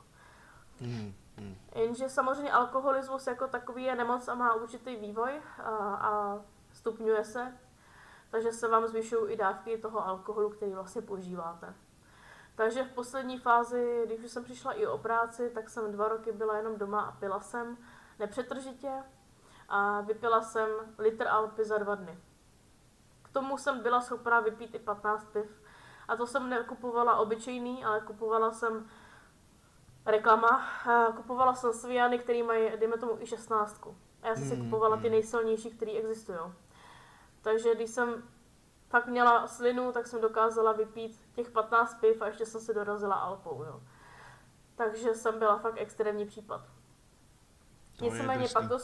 Jenže samozřejmě alkoholismus jako takový je nemoc a má určitý vývoj a stupňuje se, takže se vám zvyšují i dávky toho alkoholu, který vlastně požíváte. Takže v poslední fázi, když už jsem přišla i o práci, tak jsem 2 roky byla jenom doma a pila jsem nepřetržitě a vypila jsem litr Alpy za 2 dny. K tomu jsem byla schopná vypít i 15 piv. A to jsem nekupovala obyčejný, ale kupovala jsem reklama. Kupovala jsem Sviany, který mají, dejme tomu, i 16. A já jsem si kupovala ty nejsilnější, které existují. Takže když jsem fakt měla slinu, tak jsem dokázala vypít těch 15 piv a ještě jsem se dorazila Alpou, jo. Takže jsem byla fakt extrémní případ. Nicméně pak to,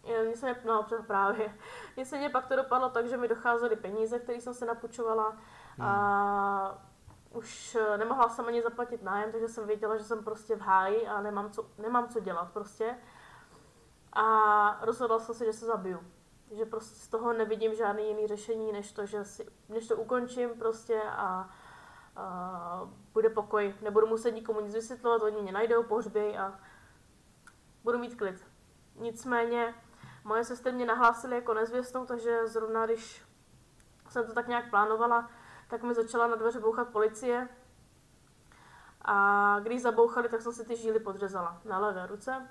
Nicméně pak to dopadlo tak, že mi docházely peníze, které jsem se napůjčovala a už nemohla jsem ani zaplatit nájem, takže jsem věděla, že jsem prostě v háji a nemám co dělat prostě. A rozhodla jsem se, že se zabiju. Že prostě z toho nevidím žádný jiný řešení, než to ukončím prostě a bude pokoj. Nebudu muset nikomu nic vysvětlovat, oni mě najdou, pohřběj a budu mít klid. Nicméně moje sestry mě nahlásily jako nezvěstnou, takže zrovna když jsem to tak nějak plánovala, tak mi začala na dveře bouchat policie. A když zabouchali, tak jsem si ty žíly podřezala na levé ruce.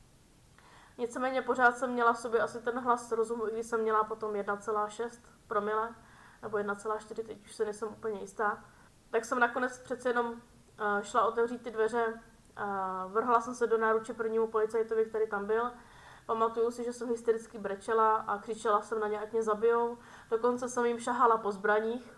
Nicméně pořád jsem měla v sobě asi ten hlas rozumu, i když jsem měla potom 1,6 promile, nebo 1,4, teď už se nejsem úplně jistá. Tak jsem nakonec přece jenom šla otevřít ty dveře, vrhla jsem se do náruče prvnímu policajtovi, který tam byl. Pamatuju si, že jsem hystericky brečela a křičela jsem na ně, ať mě zabijou. Dokonce jsem jim šahala po zbraních.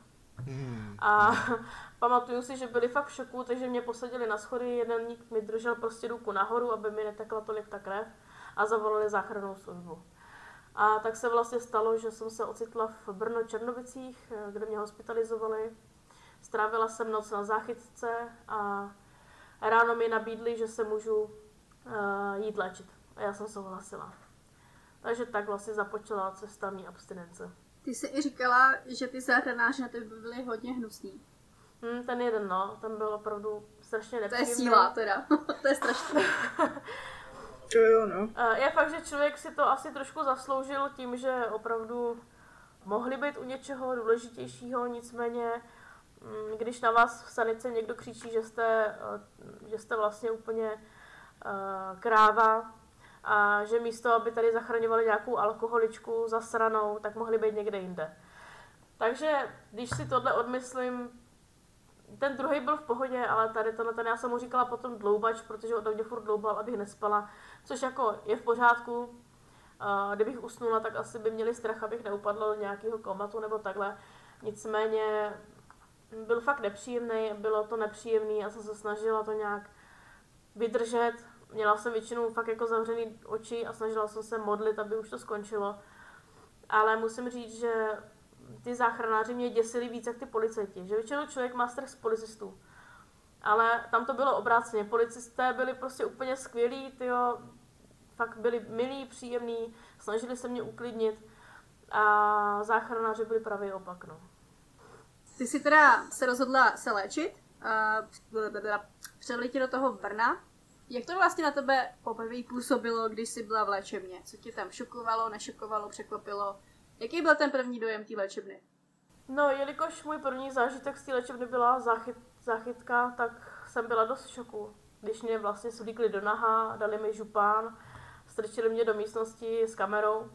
A pamatuju si, že byli fakt v šoku, takže mě posadili na schody, jeden mi držel prostě ruku nahoru, aby mi netekla tolik ta krev a zavolali záchrannou službu. A tak se vlastně stalo, že jsem se ocitla v Brno-Černovicích, kde mě hospitalizovali. Strávila jsem noc na záchytce a ráno mi nabídli, že se můžu jít léčit. A já jsem souhlasila. Takže tak vlastně započala cesta mý abstinence. Ty jsi i říkala, že ty záchranáři na tebe byli hodně hnusný. Ten jeden, no, ten byl opravdu strašně nepříjemný. To je síla teda, to je strašné. To jo, no. Je fakt, že člověk si to asi trošku zasloužil tím, že opravdu mohli být u něčeho důležitějšího, nicméně když na vás v sanice někdo křičí, že jste vlastně úplně kráva a že místo, aby tady zachraňovali nějakou alkoholičku zasranou, tak mohli být někde jinde. Takže když si tohle odmyslím, ten druhý byl v pohodě, ale tady ten já jsem mu říkala potom dloubač, protože ode mě furt dloubal, abych nespala, což jako je v pořádku. Kdybych usnula, tak asi by měli strach, abych neupadla do nějakého komatu nebo takhle. Nicméně byl fakt nepříjemný, bylo to nepříjemný, já jsem se snažila to nějak vydržet. Měla jsem většinou fakt jako zavřený oči a snažila jsem se modlit, aby už to skončilo. Ale musím říct, že ty záchranáři mě děsili víc jak ty policajti, že většinou člověk má strach z policistů. Ale tam to bylo obráceně, policisté byli prostě úplně skvělí, tyjo, fakt byli milí, příjemní, snažili se mě uklidnit a záchranáři byli pravý opak, no. Ty jsi teda se rozhodla se léčit, převli tě do toho Brna. Jak to vlastně na tebe poprvé působilo, když jsi byla v léčebně? Co tě tam šokovalo, nešokovalo, překvapilo? Jaký byl ten první dojem té léčebny? No, jelikož můj první zážitek z té léčebny byla záchytka, tak jsem byla dost v šoku. Když mě vlastně svlíkli do naha, dali mi župán, strčili mě do místnosti s kamerou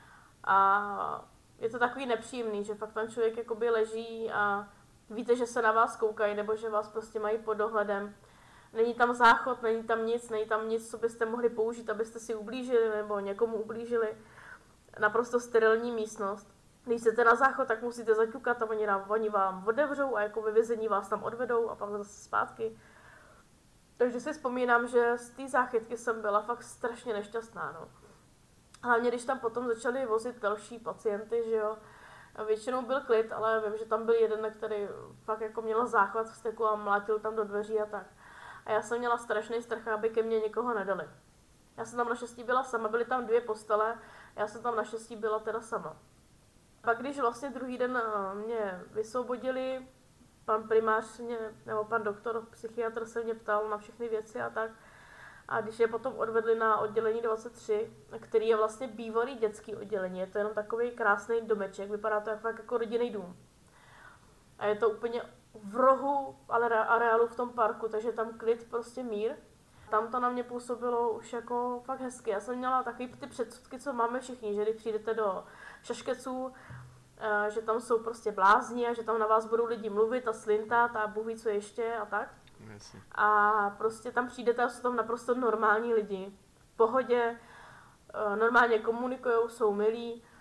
a je to takový nepříjemný, že fakt tam člověk jakoby leží a víte, že se na vás koukají nebo že vás prostě mají pod dohledem. Není tam záchod, není tam nic, co byste mohli použít, abyste si ublížili nebo někomu ublížili. Naprosto sterilní místnost. Když chcete na záchod, tak musíte zaťukat a oni vám otevřou a jako ve vězení vás tam odvedou a pak zase zpátky. Takže si vzpomínám, že z té záchytky jsem byla fakt strašně nešťastná, no. Hlavně když tam potom začali vozit další pacienty, že jo. A většinou byl klid, ale vím, že tam byl jeden, který fakt jako měl záchvat v steku a mlátil tam do dveří a tak. A já jsem měla strašný strach, aby ke mně někoho nedali. Já jsem tam naštěstí byla sama, byly tam 2 postele, já jsem tam naštěstí byla teda sama. Pak když vlastně druhý den mě vysvobodili, pan primář nebo pan doktor, psychiatr se mě ptal na všechny věci a tak. A když je potom odvedli na oddělení 23, který je vlastně bývalý dětský oddělení, je to jenom takový krásný domeček, vypadá to fakt jako rodinný dům. A je to úplně v rohu areálu v tom parku, takže tam klid, prostě mír. Tam to na mě působilo už jako fakt hezky. Já jsem měla takový ty předsudky, co máme všichni, že když přijdete do Šaškeců, že tam jsou prostě blázni a že tam na vás budou lidi mluvit a slintat a bůh ví co ještě a tak. Jasně. A prostě tam přijdete a jsou tam naprosto normální lidi. V pohodě, normálně komunikujou, jsou milí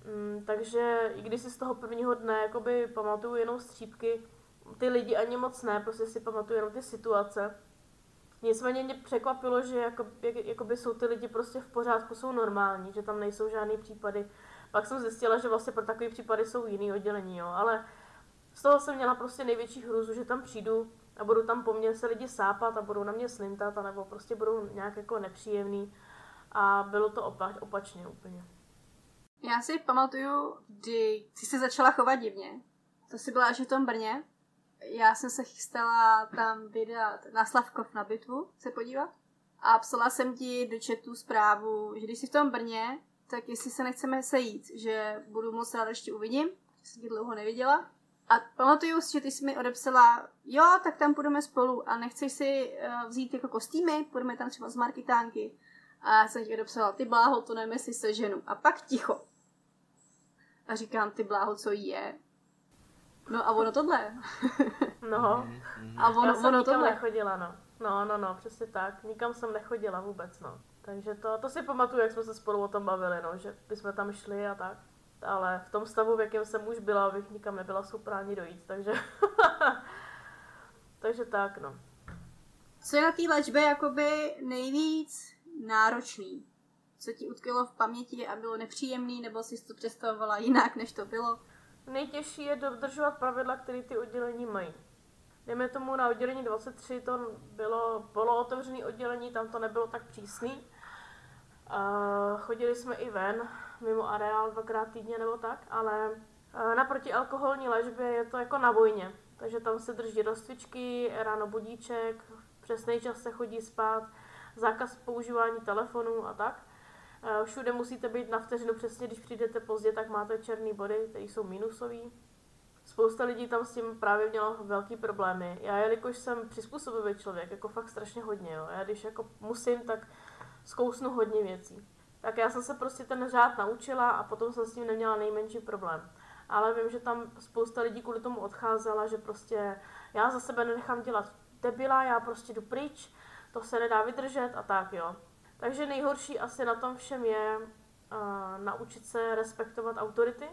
Takže i když si z toho prvního dne jakoby pamatuju jenom střípky, ty lidi ani moc ne, prostě si pamatuju jenom ty situace. Nicméně mě překvapilo, že jakoby jsou ty lidi prostě v pořádku, jsou normální, že tam nejsou žádný případy. Pak jsem zjistila, že vlastně pro takové případy jsou jiný oddělení, jo, ale z toho jsem měla prostě největší hrůzu, že tam přijdu a budou tam po mně se lidi sápat a budou na mě slintat, nebo prostě budou nějak jako nepříjemný a bylo to opačně úplně. Já si pamatuju, kdy jsi se začala chovat divně. To si byla až v tom Brně. Já jsem se chystala tam vydat na Slavkov na bitvu, se podívat. A psala jsem ti do chatu zprávu, že když jsi v tom Brně, tak jestli se nechceme sejít, že budu moc ráda, ještě uvidím, že jsem tě dlouho neviděla. A pamatuju si, že ty jsi mi odepsala, jo, tak tam půjdeme spolu a nechceš si vzít jako kostýmy, půjdeme tam třeba z marketánky. A já jsem ti odepsala, ty bláho, to nevím, jestli se ženu. A pak ticho. A říkám, ty bláho, co je? No a ono tohle. No. A ono Já jsem nikam tohle. nechodila, no. No, přesně tak. Nikam jsem nechodila vůbec, no. Takže to si pamatuju, jak jsme se spolu o tom bavili, no, že bychom tam šli a tak. Ale v tom stavu, v jakém jsem už byla, bych nikam nebyla schopná ani dojít, takže... takže tak, no. Co je na té léčbě jakoby nejvíc náročný? Co ti utkvělo v paměti a bylo nepříjemný, nebo jsi to představovala jinak, než to bylo? Nejtěžší je dodržovat pravidla, které ty oddělení mají. Dejme tomu na oddělení 23, to bylo polootevřené oddělení, tam to nebylo tak přísný. Chodili jsme i ven, mimo areál 2x týdně nebo tak, ale na protialkoholní léčbě je to jako na vojně. Takže tam se drží rozcvičky, ráno budíček, v přesný čas se chodí spát, zákaz používání telefonů a tak. Všude musíte být na vteřinu přesně, když přijdete pozdě, tak máte černý body, které jsou minusový. Spousta lidí tam s tím právě měla velký problémy. Já, jelikož jsem přizpůsobivý člověk, jako fakt strašně hodně, jo. Já když jako musím, tak zkousnu hodně věcí. Tak já jsem se prostě ten řád naučila a potom jsem s tím neměla nejmenší problém. Ale vím, že tam spousta lidí kvůli tomu odcházela, že prostě já za sebe nenechám dělat debila, já prostě jdu pryč, to se nedá vydržet a tak, jo. Takže nejhorší asi na tom všem je naučit se respektovat autority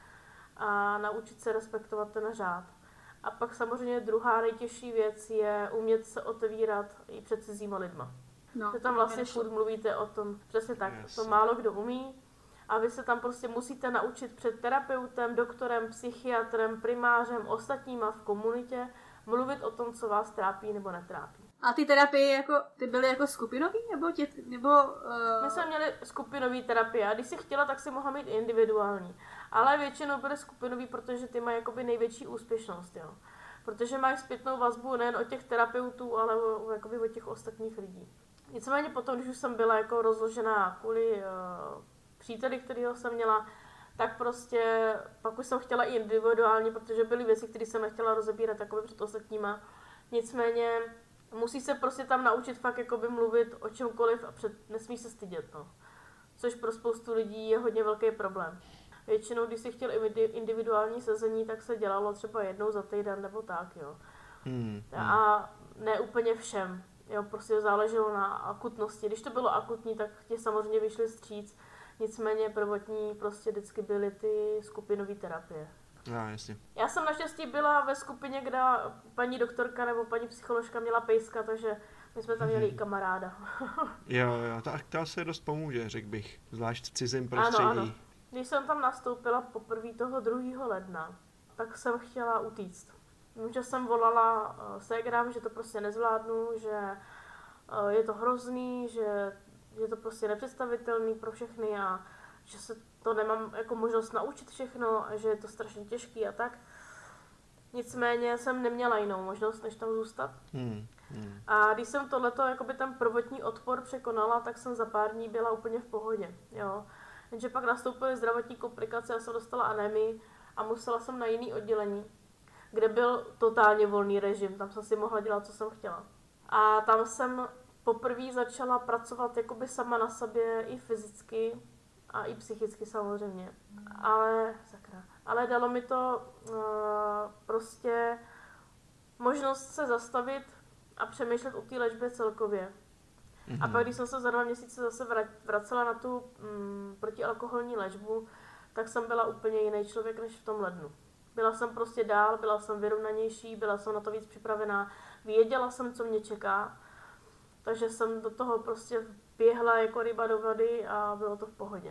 a naučit se respektovat ten řád. A pak samozřejmě druhá nejtěžší věc je umět se otevírat i před cizíma lidma. No, že tam vlastně furt mluvíte o tom, přesně tak, to málo kdo umí. A vy se tam prostě musíte naučit před terapeutem, doktorem, psychiatrem, primářem, ostatníma v komunitě mluvit o tom, co vás trápí nebo netrápí. A ty terapie jako, ty byly jako skupinový, nebo My jsme měli skupinový terapie a když si chtěla, tak si mohla mít individuální. Ale většinou byly skupinový, protože ty mají jakoby největší úspěšnost, jo. Protože mají zpětnou vazbu nejen od těch terapeutů, ale jakoby od těch ostatních lidí. Nicméně potom, když už jsem byla jako rozložená kvůli příteli, kterýho jsem měla, tak prostě pak už jsem chtěla i individuálně, protože byly věci, které jsem nechtěla rozebírat jakoby před ostatníma. Nicméně musí se prostě tam naučit fakt jakoby mluvit o čemkoliv a nesmí se stydět, no. Což pro spoustu lidí je hodně velký problém. Většinou, když si chtěl individuální sezení, tak se dělalo třeba jednou za týden nebo tak, jo. A ne úplně všem, jo, prostě záleželo na akutnosti. Když to bylo akutní, tak ti samozřejmě vyšli vstříc. Nicméně prvotní prostě vždycky byly ty skupinové terapie. No, jasně. Já jsem naštěstí byla ve skupině, kde paní doktorka nebo paní psycholožka měla pejska, takže my jsme tam měli i kamaráda. Jo, to asi dost pomůže, řekl bych, zvlášť v cizím prostředí. Ano. Když jsem tam nastoupila poprvé toho 2. ledna, tak jsem chtěla utíct. Vím, že jsem volala ségrám, že to prostě nezvládnu, že je to hrozný, že je to prostě nepředstavitelný pro všechny a že se to nemám jako možnost naučit všechno a že je to strašně těžký a tak. Nicméně jsem neměla jinou možnost, než tam zůstat. A když jsem tohleto, jakoby ten prvotní odpor překonala, tak jsem za pár dní byla úplně v pohodě, jo. Jenže pak nastoupily zdravotní komplikace, já jsem dostala anémii a musela jsem na jiný oddělení, kde byl totálně volný režim, tam jsem si mohla dělat, co jsem chtěla. A tam jsem poprvé začala pracovat jakoby sama na sobě i fyzicky a i psychicky samozřejmě. Ale dalo mi to prostě možnost se zastavit a přemýšlet o té léčbě celkově. A pak, když jsem se za 2 měsíce zase vracela na tu protialkoholní léčbu, tak jsem byla úplně jiný člověk než v tom lednu. Byla jsem prostě dál, byla jsem vyrovnanější, byla jsem na to víc připravená, věděla jsem, co mě čeká, takže jsem do toho prostě běhla jako ryba do vody a bylo to v pohodě.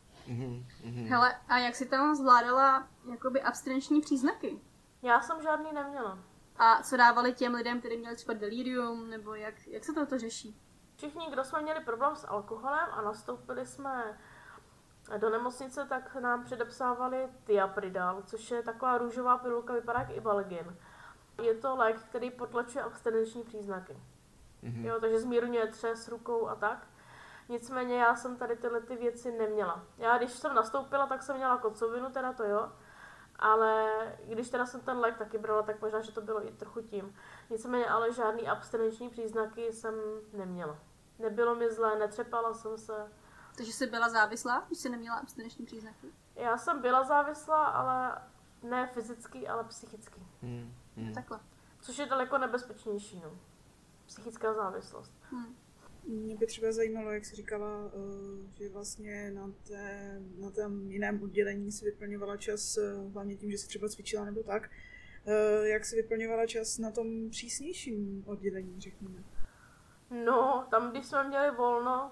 Hele, a jak jsi tam zvládala jakoby abstinenční příznaky? Já jsem žádný neměla. A co dávali těm lidem, kteří měli třeba delirium, nebo jak se toto řeší? Všichni, kdo jsme měli problém s alkoholem a nastoupili jsme do nemocnice, tak nám předepsávali Thiapridal, což je taková růžová pilulka, vypadá jak Ibalgin. Je to lék, který potlačuje abstinenční příznaky. Jo, takže zmírňuje třes rukou a tak. Nicméně já jsem tady tyhle ty věci neměla. Já když jsem nastoupila, tak jsem měla kocovinu, teda to jo. Ale když teda jsem ten lék taky brala, tak možná, že to bylo i trochu tím. Nicméně ale žádný abstinenční příznaky jsem neměla. Nebylo mi zlé, netřepala jsem se. Takže jsi byla závislá, když jsi neměla abstinenční příznaky? Já jsem byla závislá, ale ne fyzicky, ale psychicky. Takhle. Což je daleko nebezpečnější, no. Psychická závislost. Mě by třeba zajímalo, jak jsi říkala, že vlastně na tom jiném oddělení si vyplňovala čas, hlavně tím, že jsi třeba cvičila nebo tak. Jak jsi vyplňovala čas na tom přísnějším oddělení, řekněme? No, tam, když jsme měli volno,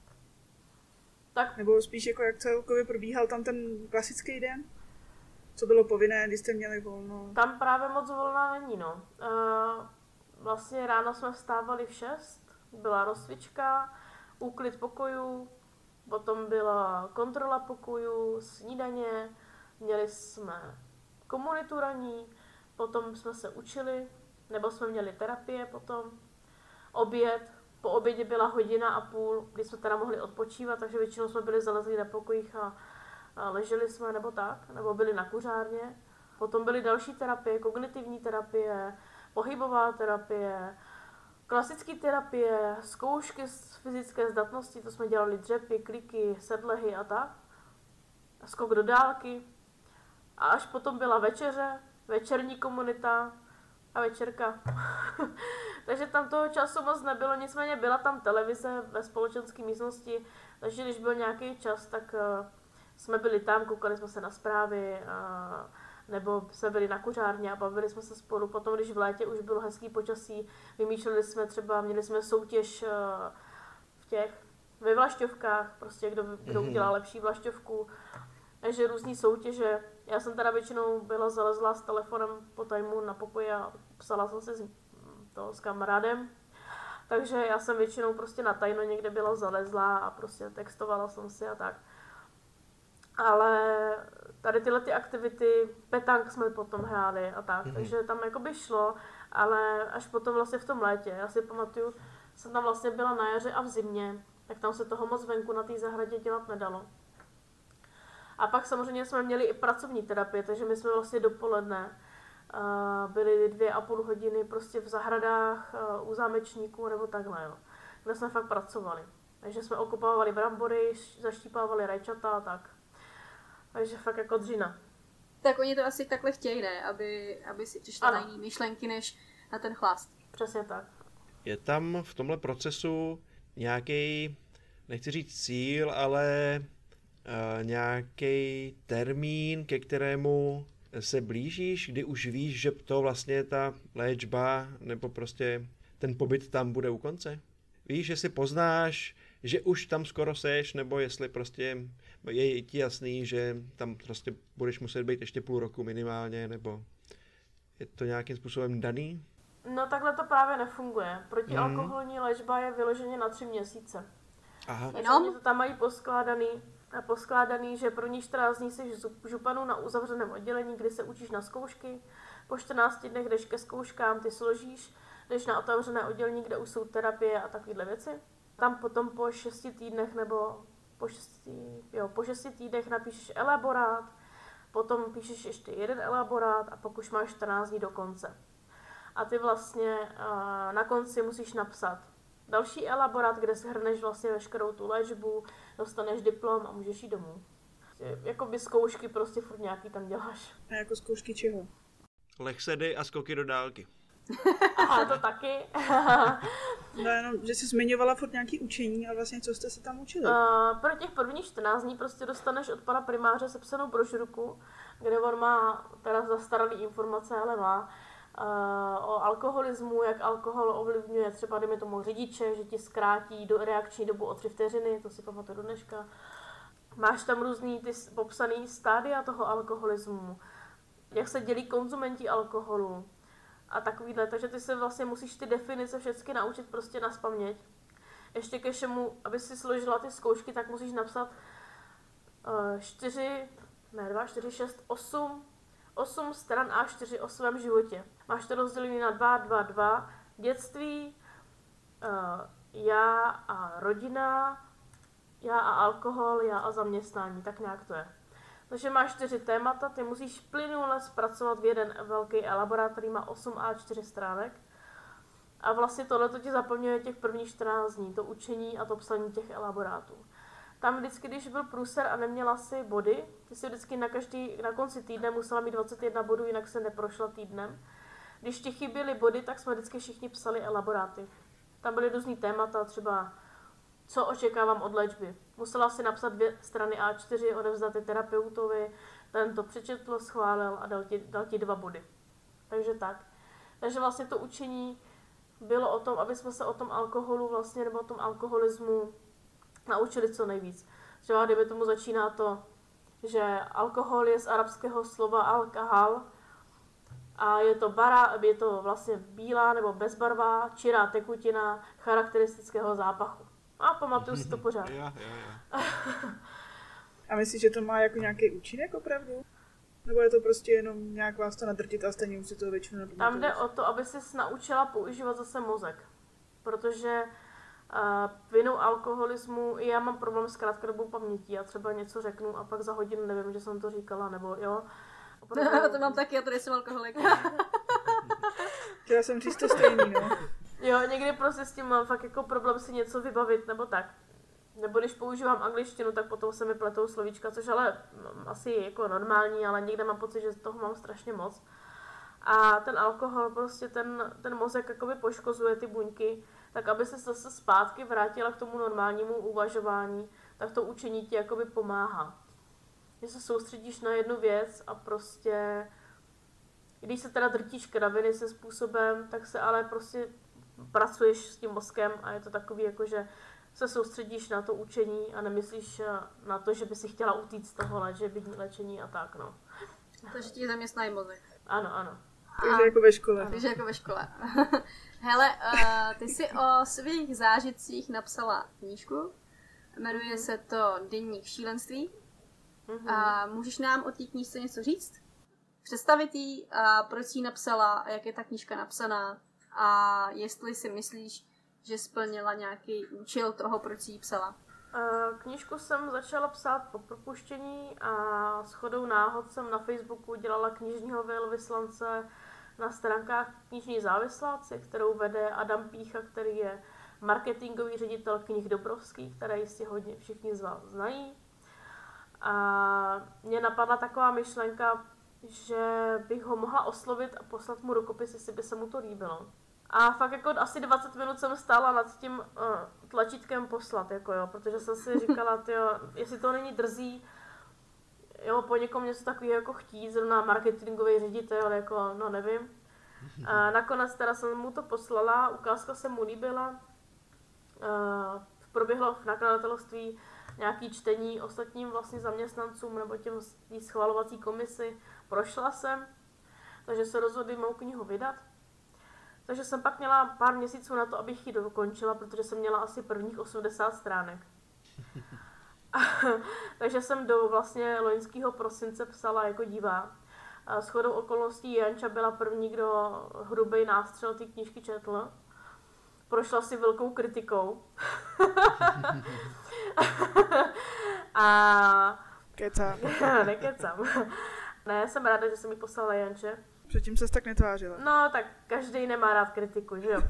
tak... Nebo spíš jako jak celkově probíhal tam ten klasický den? Co bylo povinné, když jste měli volno? Tam právě moc volná není, no. Vlastně ráno jsme vstávali v 6, byla rozcvička, úklid pokojů, potom byla kontrola pokojů, snídaně, měli jsme komunitu ranní, potom jsme se učili, nebo jsme měli terapie potom, oběd, po obědě byla 1,5 hodiny, kdy jsme teda mohli odpočívat, takže většinou jsme byli zalezli na pokojích a leželi jsme nebo tak, nebo byli na kuřárně. Potom byly další terapie, kognitivní terapie, pohybová terapie, klasické terapie, zkoušky z fyzické zdatnosti, to jsme dělali dřepy, kliky, sedlehy a tak. Skok do dálky. A až potom byla večeře, večerní komunita a večerka. Takže tam toho času moc nebylo, nicméně byla tam televize ve společenské místnosti, takže když byl nějaký čas, tak jsme byli tam, koukali jsme se na zprávy, nebo jsme byli na kuřárně a bavili jsme se spolu. Potom, když v létě už bylo hezký počasí, vymýšleli jsme třeba, měli jsme soutěž ve vlašťovkách, prostě kdo udělá lepší vlašťovku, takže různý soutěže. Já jsem teda většinou byla zalezla s telefonem po tajmu na pokoji a psala jsem si s kamarádem. Takže já jsem většinou prostě na tajno někde byla zalezla a prostě textovala jsem si a tak. Ale tady tyhle ty aktivity, petank jsme potom hráli a tak, takže tam jakoby šlo, ale až potom vlastně v tom létě, já si pamatuju, jsem tam vlastně byla na jaře a v zimě, tak tam se toho moc venku na té zahradě dělat nedalo. A pak samozřejmě jsme měli i pracovní terapie, takže my jsme vlastně dopoledne byli 2,5 hodiny prostě v zahradách u zámečníků nebo takhle, jo, kde jsme fakt pracovali. Takže jsme okopávali brambory, zaštípávali rajčata a tak. Takže fakt jako dřina. Tak oni to asi takhle chtějí, ne? Aby si přišla na jiný myšlenky, než na ten chlast. Přesně tak. Je tam v tomhle procesu nějaký, nechci říct cíl, ale nějaký termín, ke kterému se blížíš, kdy už víš, že to vlastně ta léčba nebo prostě ten pobyt tam bude u konce? Víš, že si poznáš, že už tam skoro seš, nebo jestli prostě je ti jasný, že tam prostě budeš muset být ještě 0,5 roku minimálně, nebo je to nějakým způsobem daný? No takhle to právě nefunguje. Protialkoholní léčba je vyloženě na 3 měsíce. Aha. Takže oni to tam mají poskládaný, že pro ní 14 dní jsi v županu na uzavřeném oddělení, kdy se učíš na zkoušky. Po 14 dnech jdeš ke zkouškám, ty složíš, jdeš na otevřené oddělení, kde už jsou terapie a takovéhle věci. Tam potom po 6 týdnech nebo po 6 týdnech napíšeš elaborát, potom píšeš ještě jeden elaborát a pak už máš 14 dní do konce. A ty vlastně na konci musíš napsat další elaborát, kde shrneš vlastně veškerou tu léčbu, dostaneš diplom a můžeš jít domů. Jakoby zkoušky prostě furt nějaký tam děláš. A jako zkoušky čeho? Lechsedy a skoky do dálky. Aha, to taky. No jenom, že jsi zmiňovala furt nějaký učení a vlastně co jste se tam učili? Pro těch prvních 14 dní prostě dostaneš od pana primáře sepsanou brožurku, kde on má teda zastaralý informace, ale má o alkoholismu, jak alkohol ovlivňuje třeba, dejme tomu řidiče, že ti zkrátí reakční dobu o 3 vteřiny, to si pamatuju do dneška. Máš tam různý ty popsaný stádia toho alkoholismu, jak se dělí konzumenti alkoholu a takovýhle, takže ty se vlastně musíš ty definice všechny naučit prostě nazpaměť. Ještě ke všemu, aby si složila ty zkoušky, tak musíš napsat 8 stran A4 o svém životě. Máš to rozdělené na 2, dětství, já a rodina, já a alkohol, já a zaměstnání, tak nějak to je. Takže máš 4 témata, ty musíš plynule zpracovat v jeden velký elaborát, který má 8 A4 stránek. A vlastně tohle ti zaplňuje těch prvních 14 dní, to učení a to psaní těch elaborátů. Tam vždycky, když byl průser a neměla si body, ty si vždycky na konci týdne musela mít 21 bodů, jinak se neprošla týdnem. Když ti chyběly body, tak jsme vždycky všichni psali elaboráty. Tam byly různý témata, třeba co očekávám od léčby. Musela si napsat 2 strany A4, odevzdat je terapeutovi, ten to přečetl, schválil a dal ti 2 body. Takže tak. Takže vlastně to učení bylo o tom, aby jsme se o tom alkoholu vlastně, nebo o tom alkoholismu naučili co nejvíc. Třeba kdyby tomu začíná to, že alkohol je z arabského slova al-kahal a je to vlastně bílá nebo bezbarvá, čirá tekutina charakteristického zápachu. A pamatuju si to pořád. Jo. A myslíš, že to má jako nějaký účinek opravdu? Nebo je to prostě jenom nějak vás to nadrtit a stejně už si to většinou nepamatuješ? Tam jde o to, aby jsi naučila používat zase mozek. Protože vinou alkoholismu i já mám problém s krátkodobou pamětí. Já třeba něco řeknu a pak za hodinu nevím, že jsem to říkala, nebo jo. Opravdu... to mám taky, a tady jsem alkoholik. Chtěla jsem říct to stejný, no. Jo, někdy prostě s tím mám fakt jako problém si něco vybavit, nebo tak. Nebo když používám angličtinu, tak potom se mi pletou slovíčka, což ale asi jako normální, ale někde mám pocit, že z toho mám strašně moc. A ten alkohol, prostě ten mozek jakoby poškozuje ty buňky, tak aby se zase zpátky vrátila k tomu normálnímu uvažování, tak to učení ti jakoby pomáhá. Že se soustředíš na jednu věc a prostě, když se teda drtíš kraviny se způsobem, tak se ale prostě pracuješ s tím mozkem a je to takový jako, že se soustředíš na to učení a nemyslíš na to, že by si chtěla utíct z toho léčení a tak, no. Takže ti zaměstnají mozek. Ano. Takže jako ve škole. Takže jako ve škole. Hele, ty jsi o svých zážitcích napsala knížku. Jmenuje se to Deník šílenství. A můžeš nám o té knížce něco říct? Představit jí, a proč ji napsala, a jak je ta knížka napsaná a jestli si myslíš, že splnila nějaký účel toho, proč ji psala. Knížku jsem začala psát po propuštění a shodou náhod jsem na Facebooku dělala knižního velvyslance na stránkách Knižní závisláci, kterou vede Adam Pícha, který je marketingový ředitel knih Dobrovských, které jistě hodně všichni z vás znají. A mě napadla taková myšlenka, že bych ho mohla oslovit a poslat mu rukopis, jestli by se mu to líbilo. A fakt jako asi 20 minut jsem stála nad tím tlačítkem poslat, jako jo, protože jsem si říkala, tyjo, jestli to není drzí, jo, po někom něco takového jako chtít, zrovna marketingový ředitel, jako, no nevím. A nakonec teda jsem mu to poslala, ukázka se mu líbila, proběhlo v nakladatelství nějaké čtení ostatním vlastně zaměstnancům nebo těm schvalovací komisi, prošla jsem, takže se rozhodli mou knihu vydat. Takže jsem pak měla pár měsíců na to, abych ji dokončila, protože jsem měla asi prvních 80 stránek. Takže jsem do vlastně loňského prosince psala jako divá. A shodou okolností Janča byla první, kdo hrubý nástřel té knížky četl. Prošla si velkou kritikou. A... Kecám. Nekecám. Ne, jsem ráda, že jsem ji poslala Janče. Předtím ses tak netvářila. No, tak každý nemá rád kritiku, že jo?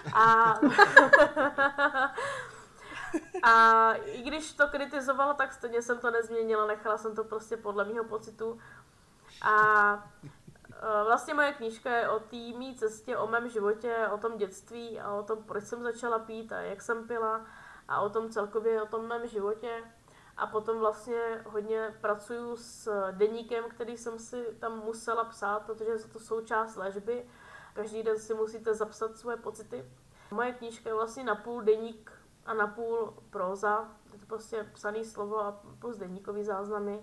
A i když to kritizovala, tak stejně jsem to nezměnila, nechala jsem to prostě podle mého pocitu. A Vlastně moje knížka je o té mý cestě, o mém životě, o tom dětství a o tom, proč jsem začala pít a jak jsem pila a o tom celkově, o tom mém životě. A potom vlastně hodně pracuju s deníkem, který jsem si tam musela psát, protože je to součást léčby. Každý den si musíte zapsat svoje pocity. Moje knížka je vlastně napůl deník a napůl próza. Je to prostě psaný slovo a plus deníkový záznamy.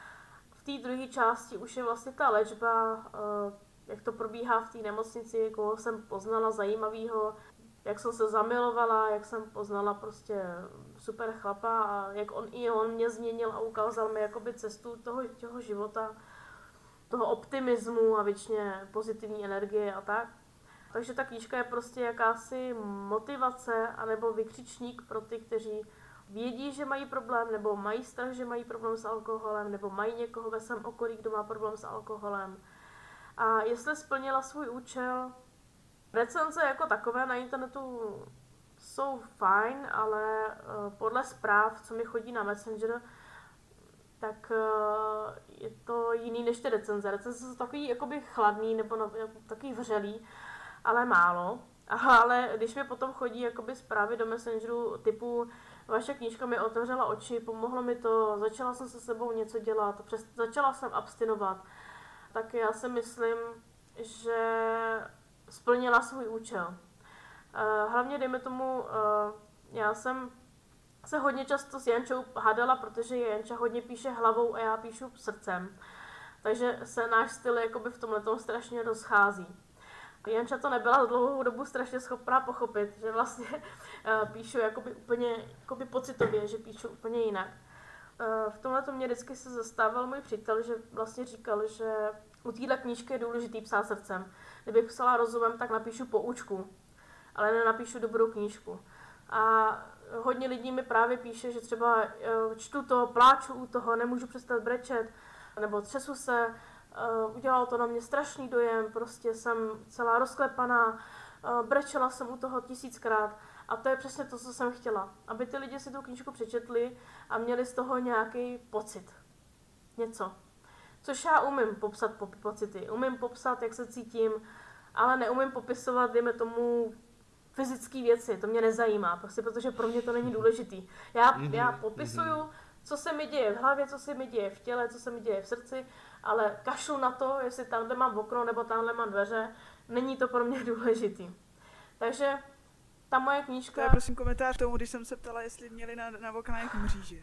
V té druhé části už je vlastně ta léčba, jak to probíhá v té nemocnici, koho jsem poznala zajímavýho, jak jsem se zamilovala, jak jsem poznala prostě super chlapa a jak on mě změnil a ukázal mi jakoby cestu toho života, toho optimismu a věčně pozitivní energie a tak. Takže ta knížka je prostě jakási motivace anebo vykřičník pro ty, kteří vědí, že mají problém, nebo mají strach, že mají problém s alkoholem, nebo mají někoho ve svém okolí, kdo má problém s alkoholem. A jestli splnila svůj účel, recenze jako takové na internetu jsou fajn, ale podle zpráv, co mi chodí na Messenger, tak je to jiný než ty recenze. Recenze jsou takový jakoby chladný nebo takový vřelý, ale málo. Ale když mi potom chodí jakoby zprávy do Messengeru typu vaše knížka mi otevřela oči, pomohlo mi to, začala jsem se sebou něco dělat, začala jsem abstinovat, tak já si myslím, že splnila svůj účel. Hlavně dejme tomu, já jsem se hodně často s Jančou hádala, protože Janča hodně píše hlavou a já píšu srdcem. Takže se náš styl jakoby v tomhletom strašně rozchází. Janča to nebyla dlouhou dobu strašně schopná pochopit, že vlastně píšu jakoby úplně jakoby pocitově, že píšu úplně jinak. V tomhle mě vždycky se zastával můj přítel, že vlastně říkal, že u téhle knížky je důležitý psát srdcem. Kdybych psala rozumem, tak napíšu poučku, ale nenapíšu dobrou knížku. A hodně lidí mi právě píše, že třeba čtu to, pláču u toho, nemůžu přestat brečet, nebo třesu se, udělalo to na mě strašný dojem, prostě jsem celá rozklepaná, brečela jsem u toho 1000krát a to je přesně to, co jsem chtěla. Aby ty lidi si tu knížku přečetli a měli z toho nějaký pocit. Něco. Což já umím popsat pocity, umím popsat, jak se cítím, ale neumím popisovat, dejme tomu, fyzické věci, to mě nezajímá, prostě protože pro mě to není důležitý. Já popisuju, co se mi děje v hlavě, co se mi děje v těle, co se mi děje v srdci, ale kašlu na to, jestli tamhle mám okno nebo tamhle mám dveře, není to pro mě důležitý. Takže ta moje knížka... To je prosím komentář tomu, když jsem se ptala, jestli měli na oknách mříže.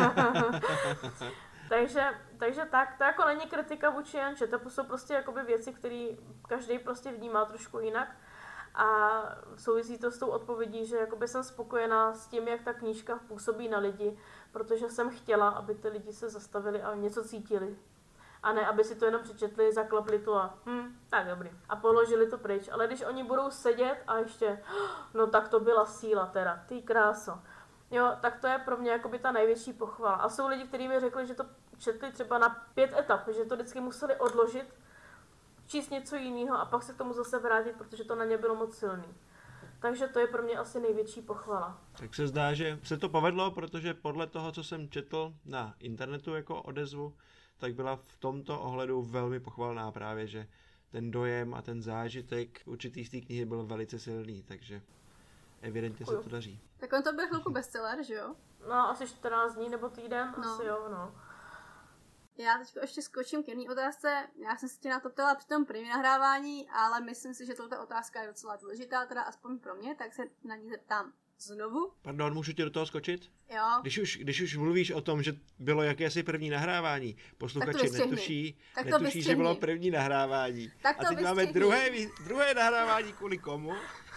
takže tak, to jako není kritika vůči Janče, to jsou prostě jakoby věci, které každý prostě vnímá trošku jinak. A souvisí to s tou odpovědí, že jakoby jsem spokojená s tím, jak ta knížka působí na lidi, protože jsem chtěla, aby ty lidi se zastavili a něco cítili. A ne, aby si to jenom přečetli, zaklapli to a tak dobrý. A položili to pryč. Ale když oni budou sedět a ještě, no tak to byla síla teda, ty kráso. Jo, tak to je pro mě jakoby ta největší pochvala. A jsou lidi, kteří mi řekli, že to četli třeba na 5 etap, že to vždycky museli odložit, číst něco jiného a pak se k tomu zase vrátit, protože to na ně bylo moc silný. Takže to je pro mě asi největší pochvala. Tak se zdá, že se to povedlo, protože podle toho, co jsem četl na internetu jako odezvu, tak byla v tomto ohledu velmi pochvalná právě, že ten dojem a ten zážitek určitý z té knihy byl velice silný, takže evidentně se to daří. Tak on to byl chvilku bestseller, že jo? No, asi 14 dní nebo týden, no. Asi jo, no. Já teď ještě skočím k jedné otázce. Já jsem se tě na to ptala při tom prvním nahrávání, ale myslím si, že tato otázka je docela důležitá, teda aspoň pro mě, tak se na ní zeptám znovu. Pardon, můžu ti do toho skočit? Jo. Když už mluvíš o tom, že bylo jakési první nahrávání, posluchači netuší, že bylo první nahrávání. A teď máme druhé nahrávání kvůli komu?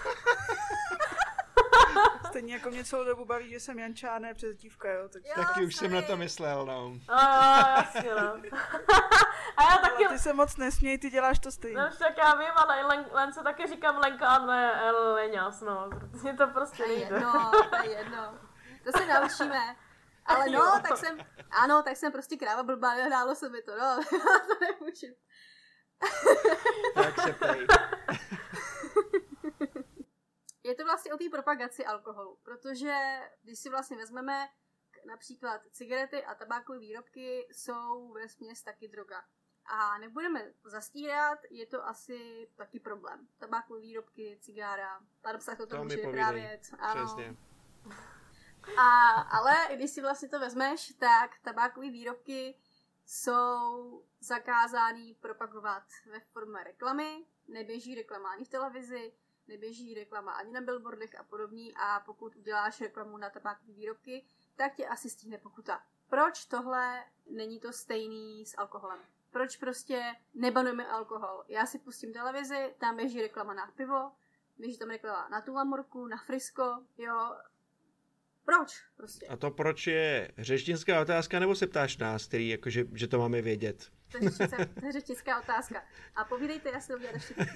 Stejně jako mě celou dobu baví, že jsem Janča a ne přezdívka, jo. Taky už jsem na to myslel, no. Jasně, no. A já taky... Ty se moc nesměj, ty děláš to stejně. No tak já vím, ale Lence taky říkám Lenka a ne Leňas, no. Protože to prostě nejde. To je jedno. To se naučíme. Ale no, tak jsem prostě kráva blbá, nehrálo se mi to, no. To nemůžu. Tak se prej. Je to vlastně o té propagaci alkoholu, protože když si vlastně vezmeme, například cigarety a tabákové výrobky jsou vesměs taky droga. A nebudeme zastírat, je to asi taky problém. Tabákové výrobky, cigára, pár psach to může vyprávět. Přesně. Ale když si vlastně to vezmeš, tak tabákové výrobky jsou zakázány propagovat ve formě reklamy, neběží reklama ani v televizi, neběží reklama ani na billboardech a podobný a pokud uděláš reklamu na tabákové výrobky, tak tě asi stihne pokuta. Proč tohle není to stejný s alkoholem? Proč prostě nebanujeme alkohol? Já si pustím televizi, tam běží reklama na pivo, běží tam reklama na Tulamorku, na Frisko, jo. Proč prostě? A to proč je řečnická otázka, nebo se ptáš nás, který jakože, že to máme vědět? To je řečnická otázka. A povídejte, já si udělám ještě.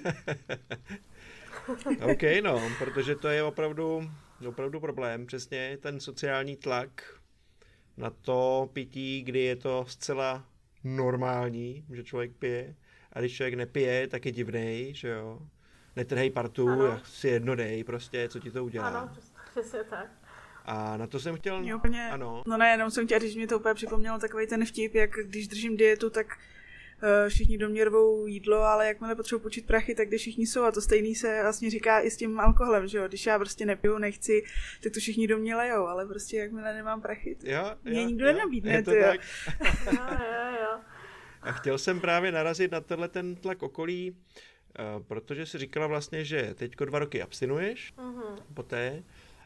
OK, no, protože to je opravdu problém. Přesně ten sociální tlak na to pití, kdy je to zcela normální, že člověk pije. A když člověk nepije, tak je divnej, že jo. Netrhej partu, si jedno dej, prostě, co ti to udělá. Ano, přesně tak. A na to jsem chtěl... Úplně, ano. No ne, jenom jsem chtěla říct, že mě to úplně připomnělo takový ten vtip, jak když držím dietu, tak všichni do mě rvou jídlo, ale jakmile potřebuji počít prachy, tak kde všichni jsou a to stejný se vlastně říká i s tím alkoholem, že jo, když já prostě nepiju, nechci, tak to všichni do mě lejou, ale prostě jakmile nemám prachy, mě nikdo nenabídne, to jo. Jo. A chtěl jsem právě narazit na tenhle ten tlak okolí, protože jsi říkala vlastně, že teďko 2 roky abstinuješ, poté,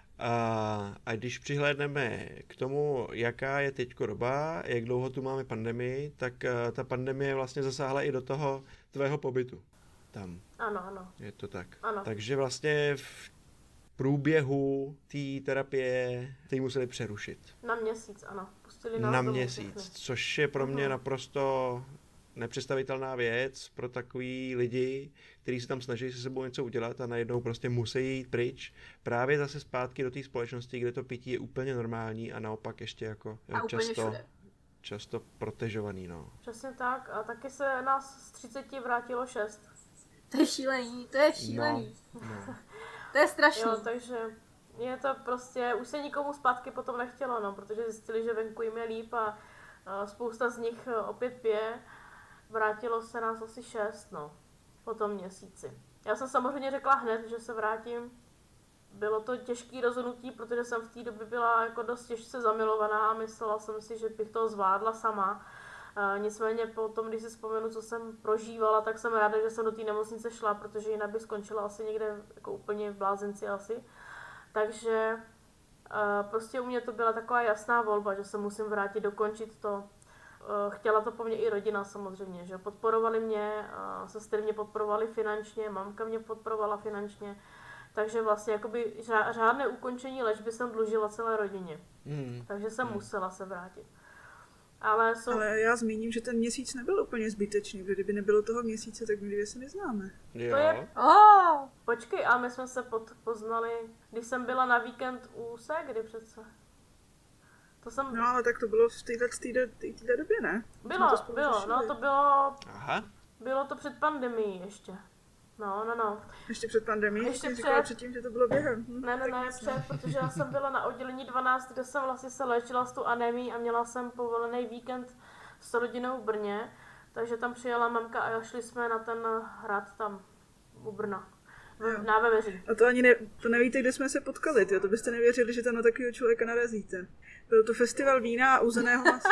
a když přihlédneme k tomu, jaká je teďko doba, jak dlouho tu máme pandemii, tak ta pandemie vlastně zasáhla i do toho tvého pobytu tam. Ano. Je to tak. Ano. Takže vlastně v průběhu té terapie ty museli přerušit. Na měsíc, ano. Pustili Na domů měsíc, všechny. což je pro mě naprosto nepředstavitelná věc pro takový lidi, kteří se tam snaží se sebou něco udělat a najednou prostě musí jít pryč. Právě zase zpátky do té společnosti, kde to pití je úplně normální a naopak ještě jako často protežovaný, no. Přesně tak. A taky se nás z 30 vrátilo 6. To je šílený. No. To je strašný. Jo, takže je to prostě, už se nikomu zpátky potom nechtělo, no, protože zjistili, že venku jim je líp a spousta z nich opět pije. Vrátilo se nás asi 6, no, po tom měsíci. Já jsem samozřejmě řekla hned, že se vrátím. Bylo to těžké rozhodnutí, protože jsem v té době byla jako dost těžce zamilovaná a myslela jsem si, že bych to zvládla sama. Nicméně potom, když si vzpomenu, co jsem prožívala, tak jsem ráda, že jsem do té nemocnice šla, protože jinak bych skončila asi někde jako úplně v blázinci asi. Takže prostě u mě to byla taková jasná volba, že se musím vrátit, dokončit to. Chtěla to po mně i rodina samozřejmě, že podporovali mě, sestry mě podporovali finančně, mamka mě podporovala finančně, takže vlastně jakoby řádné ukončení léčby jsem dlužila celé rodině, takže jsem musela se vrátit. Ale já zmíním, že ten měsíc nebyl úplně zbytečný, protože kdyby nebylo toho měsíce, tak my 2 se neznáme. Jo. To je... Počkej, a my jsme se poznali, když jsem byla na víkend u Ségry přece. To jsem... No, ale tak to bylo v této době, ne? Bylo to před pandemií ještě. No. Ještě před pandemií? Ještě říkala předtím, že to bylo během. Ne, protože já jsem byla na oddělení 12, kde jsem vlastně se léčila s tu anémií a měla jsem povolený víkend s rodinou v Brně, takže tam přijela mamka a šli jsme na ten hrad tam u Brna. Na Veveří. A to nevíte, kde jsme se potkali, to byste nevěřili, že tam na takového člověka narazíte. Byl to festival vína a uzeného masa.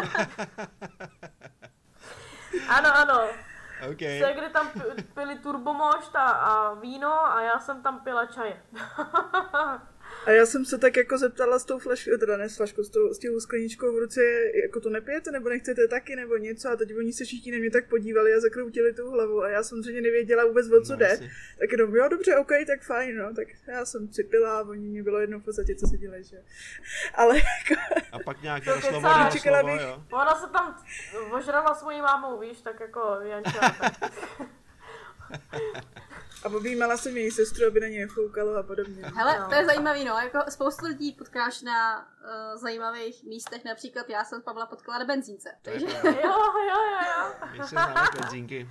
Ano. Okay. Kde tam pili turbomošt a víno a já jsem tam pila čaje. A já jsem se tak jako zeptala s tou flaškou, teda ne s flaškou, s tím skleničkou v ruce, jako to nepijete, nebo nechcete taky, nebo něco, a teď oni se všichni na mě tak podívali a zakroutili tu hlavu a já samozřejmě nevěděla vůbec, o co jde. Tak jenom, jo, dobře, OK, tak fajn, no, tak já jsem připila a oni mě bylo jedno v podstatě, co si dělají, že. Ale jako... A pak nějaké slovo, jo. Ona se tam ožrala s mojí mámou, víš, tak jako Janča. A objímala jsem její sestru, aby na něj foukalo a podobně. Hele, to je zajímavý, no, jako spoustu lidí potkáš na zajímavých místech, například já jsem Pavla potkala na benzínce. Takže... Jo. My se známe benzínky.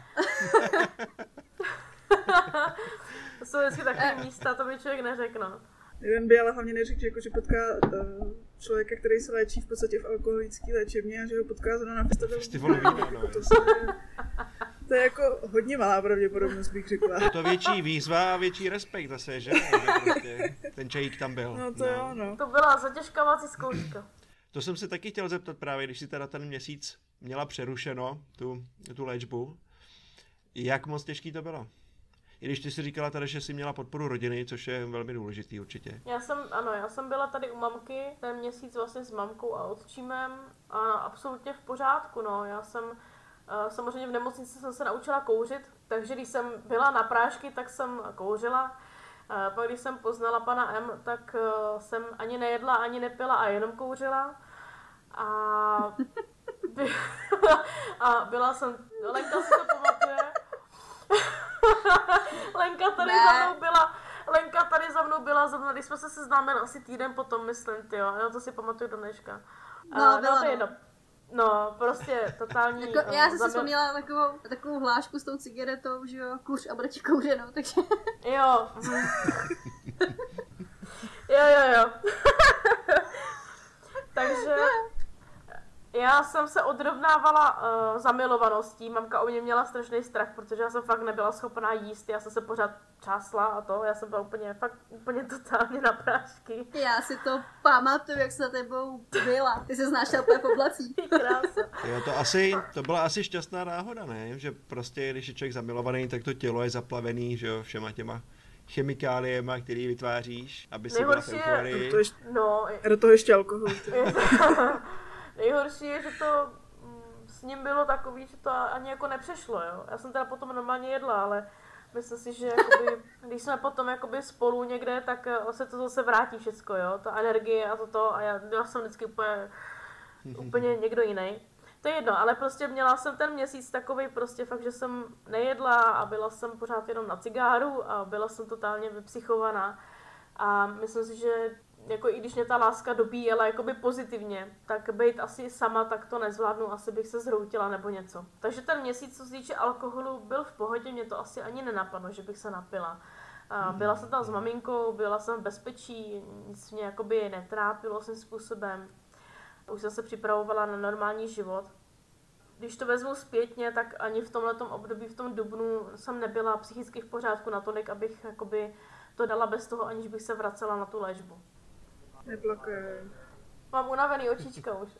To jsou vždycky takové místa, to by člověk neřekl, no. Jeden by ale hlavně neřekl, že potká člověka, který se léčí v podstatě v alkoholické léčebně a že ho potká zrovna na festivalu vína, no. To je jako hodně malá pravděpodobnost, bych řekla. Je to větší výzva a větší respekt zase, že? Že prostě ten čajík tam byl. No to jo, no. To byla zatěžkávací zkouška. To jsem se taky chtěl zeptat právě, když si teda ten měsíc měla přerušeno, tu léčbu. Jak moc těžký to bylo? I když ty si říkala tady, že jsi měla podporu rodiny, což je velmi důležitý určitě. Já jsem byla tady u mamky ten měsíc vlastně s mamkou a otčímem a absolutně v pořádku, no. Já jsem samozřejmě v nemocnici jsem se naučila kouřit, takže když jsem byla na prášky, tak jsem kouřila. Pak když jsem poznala pana M, tak jsem ani nejedla, ani nepila a jenom kouřila. A byla jsem, Lenka si to pamatuje. Lenka tady za mnou byla, když jsme se seznámili asi týden potom, myslím, tyjo, jo, to si pamatuju do dneška. No, to je jedno. No, prostě totální... Jako, já jsem si vzpomněla takovou hlášku s tou cigaretou, že jo, kuř a bude ti kouřeno, takže... Jo. Jo. Takže... Já jsem se odrovnávala zamilovaností, mamka o mě měla strašný strach, protože já jsem fakt nebyla schopná jíst, já jsem se pořád čásla a to, já jsem byla úplně totálně na prášky. Já si to pamatuju, jak se za tebou byla, ty se znáš úplně po oblacích. Krása. Jo, to byla asi šťastná náhoda, ne? Že prostě, když je člověk zamilovaný, tak to tělo je zaplavený, že jo, všema těma chemikáliema, který vytváříš, aby si byla v euforii. Do toho ještě alkohol. Nejhorší je, že to s ním bylo takový, že to ani jako nepřešlo, jo. Já jsem teda potom normálně jedla, ale myslím si, že jakoby, když jsme potom jakoby spolu někde, tak se to zase vrátí všecko, jo. Ta energie a toto a já jsem vždycky úplně někdo jiný. To je jedno, ale prostě měla jsem ten měsíc takovej prostě fakt, že jsem nejedla a byla jsem pořád jenom na cigáru a byla jsem totálně vypsychovaná. A myslím si, že jako i když mě ta láska dobíjela jakoby pozitivně, tak být asi sama, tak to nezvládnu, asi bych se zhroutila nebo něco. Takže ten měsíc, co se týče alkoholu, byl v pohodě, mě to asi ani nenapadlo, že bych se napila. Byla jsem tam s maminkou, byla jsem v bezpečí, nic mě jakoby netrápilo svým způsobem. Už jsem se připravovala na normální život. Když to vezmu zpětně, tak ani v tomhletom období, v tom dubnu, jsem nebyla psychicky v pořádku natolik, abych jakoby to dala bez toho, aniž bych se vracela na tu léčbu. Neplakej. Mám unavený očička už.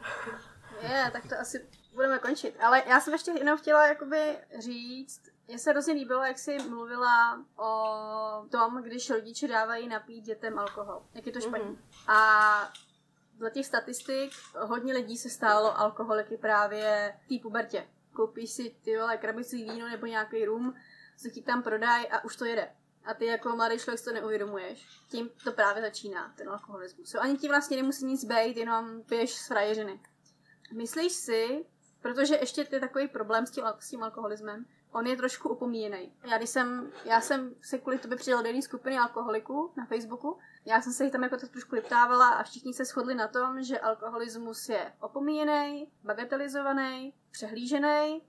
Tak to asi budeme končit. Ale já jsem ještě jenom chtěla jakoby říct, mně se hrozně líbilo, jak jsi mluvila o tom, když rodiče dávají napít dětem alkohol. Jak je to špatně. A dle těch statistik hodně lidí se stalo alkoholiky právě v té pubertě. Koupíš si krabici víno nebo nějaký rum, co ti tam prodají a už to jede. A ty jako mladý člověk to neuvědomuješ. Tím to právě začíná, ten alkoholismus. Ani tím vlastně nemusí nic být, jenom piješ z frajeřiny. Myslíš si, protože ještě je takový problém s tím alkoholismem, on je trošku opomíjený. Já jsem se kvůli tobě přidala do jedné skupiny alkoholiků na Facebooku. Já jsem se jich tam jako trošku liptávala a všichni se shodli na tom, že alkoholismus je opomíjený, bagatelizovaný, přehlížený,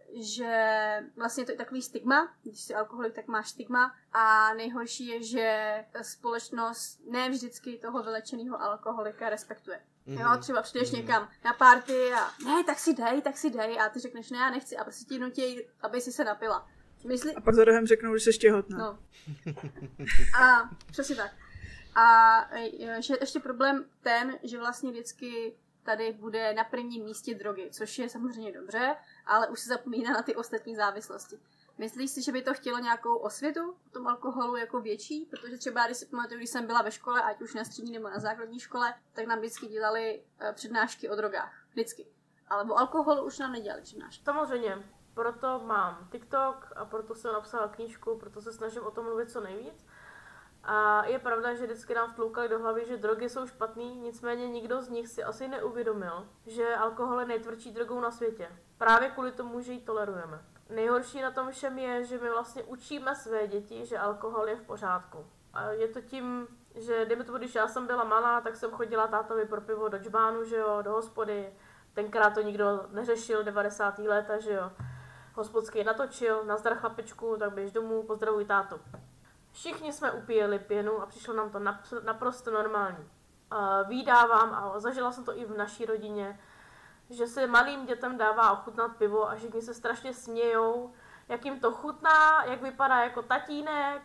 že vlastně to je takový stigma, když jsi alkoholik, tak máš stigma a nejhorší je, že společnost ne vždycky toho vylečeného alkoholika respektuje. Jo, třeba přijdeš někam na party a ne, tak si dej a ty řekneš, ne, já nechci a prostě ti nutí, aby si se napila. A pak za rohem řeknou, že jsi těhotná. No. A přesně tak. A že ještě problém ten, že vlastně vždycky tady bude na prvním místě drogy, což je samozřejmě dobře, ale už se zapomíná na ty ostatní závislosti. Myslíš si, že by to chtělo nějakou osvětu o tom alkoholu jako větší? Protože třeba, když si pamatuju, když jsem byla ve škole, ať už na střední nebo na základní škole, tak nám vždycky dělali přednášky o drogách. Vždycky. Ale o alkoholu už nám nedělali přednášky. Samozřejmě. Proto mám TikTok a proto jsem napsala knížku, proto se snažím o tom mluvit co nejvíc. A je pravda, že vždycky nám vtloukali do hlavy, že drogy jsou špatný, nicméně nikdo z nich si asi neuvědomil, že alkohol je nejtvrdší drogou na světě. Právě kvůli tomu, že ji tolerujeme. Nejhorší na tom všem je, že my vlastně učíme své děti, že alkohol je v pořádku. A je to tím, že dejme tomu, když já jsem byla malá, tak jsem chodila tátovi pro pivo do džbánu, že jo, do hospody. Tenkrát to nikdo neřešil, 90. léta, že jo. Hospodský natočil, nazdar chlapečku, tak běž domů, pozdravuj tátu. Všichni jsme upíjeli pěnu a přišlo nám to naprosto normální. Vídávám a zažila jsem to i v naší rodině, že se malým dětem dává ochutnat pivo a všichni se strašně smějou, jak jim to chutná, jak vypadá jako tatínek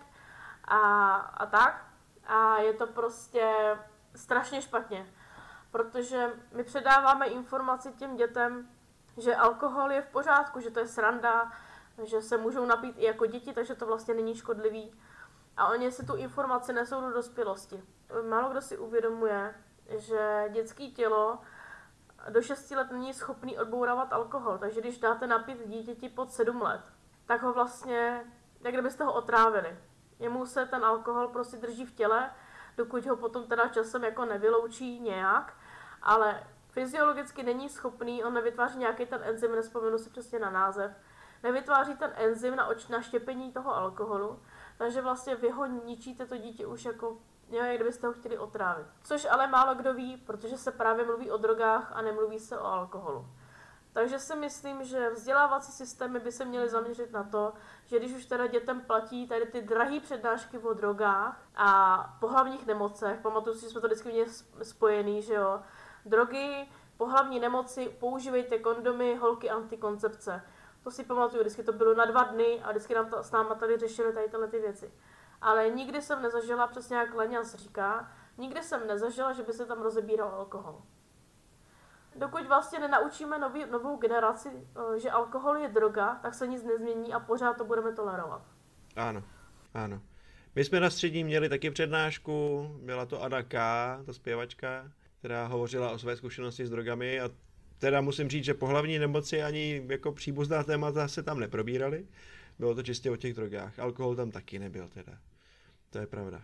a tak. A je to prostě strašně špatně, protože my předáváme informaci těm dětem, že alkohol je v pořádku, že to je sranda, že se můžou napít i jako děti, takže to vlastně není škodlivý. A oni si tu informaci nesou do dospělosti. Málo kdo si uvědomuje, že dětské tělo do 6 let není schopný odbourávat alkohol, takže když dáte napít dítěti pod 7 let, tak ho vlastně, jak kdybyste ho otrávili. Jemu se ten alkohol prostě drží v těle, dokud ho potom teda časem jako nevyloučí nějak, ale fyziologicky není schopný, on nevytváří nějaký ten enzym, nespomenu si přesně na název, nevytváří ten enzym na štěpení toho alkoholu, takže vlastně vy ho ničíte to dítě už jako, jak kdybyste ho chtěli otrávit. Což ale málo kdo ví, protože se právě mluví o drogách a nemluví se o alkoholu. Takže si myslím, že vzdělávací systémy by se měly zaměřit na to, že když už teda dětem platí tady ty drahé přednášky o drogách a pohlavních nemocech, pamatuju si, že jsme to vždycky měli spojený, že jo, drogy, pohlavní nemoci, používejte kondomy, holky, antikoncepce. To si pamatuju, vždycky to bylo na 2 dny a vždycky nám s náma tady řešili tady tyhle ty věci. Ale nikdy jsem nezažila, přesně jak Leňas říká, nikdy jsem nezažila, že by se tam rozebíral alkohol. Dokud vlastně nenaučíme novou generaci, že alkohol je droga, tak se nic nezmění a pořád to budeme tolerovat. Ano, ano. My jsme na střední měli taky přednášku, byla to Ada K., ta zpěvačka, která hovořila o své zkušenosti s drogami a teda musím říct, že pohlavní nemoci ani jako příbuzná témata se tam neprobíraly. Bylo to čistě o těch drogách. Alkohol tam taky nebyl teda. To je pravda.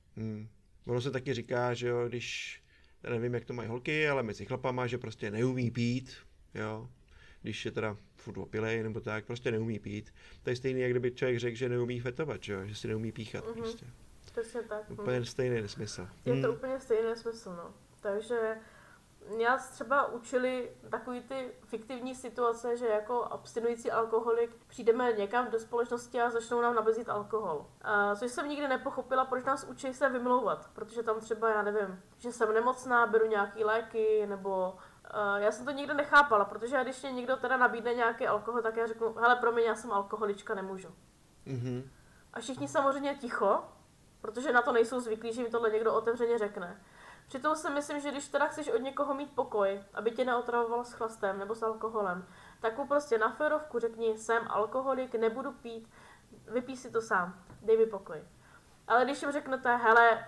Ono se taky říká, že jo, když, já nevím, jak to mají holky, ale mezi chlapama, že prostě neumí pít, jo. Když je teda furt opilej nebo tak, prostě neumí pít. To je stejný, jak kdyby člověk řekl, že neumí fetovat, že jo, že si neumí píchat prostě. Přesně tak. Úplně stejný nesmysl. Je to úplně stejný nesmysl, no. Takže nás třeba učili takový ty fiktivní situace, že jako abstinující alkoholik přijdeme někam do společnosti a začnou nám nabízet alkohol. Což jsem nikdy nepochopila, proč nás učí se vymlouvat, protože tam třeba, já nevím, že jsem nemocná, beru nějaký léky, nebo já jsem to nikdy nechápala, protože když mě někdo teda nabídne nějaký alkohol, tak já řeknu, hele, promiň, já jsem alkoholička, nemůžu. Mm-hmm. A všichni samozřejmě ticho, protože na to nejsou zvyklí, že mi tohle někdo otevřeně řekne. Přitom si myslím, že když teda chceš od někoho mít pokoj, aby tě neotravoval s chlastem nebo s alkoholem, tak mu prostě na férovku řekni, jsem alkoholik, nebudu pít, vypij si to sám, dej mi pokoj. Ale když jim řeknete, hele,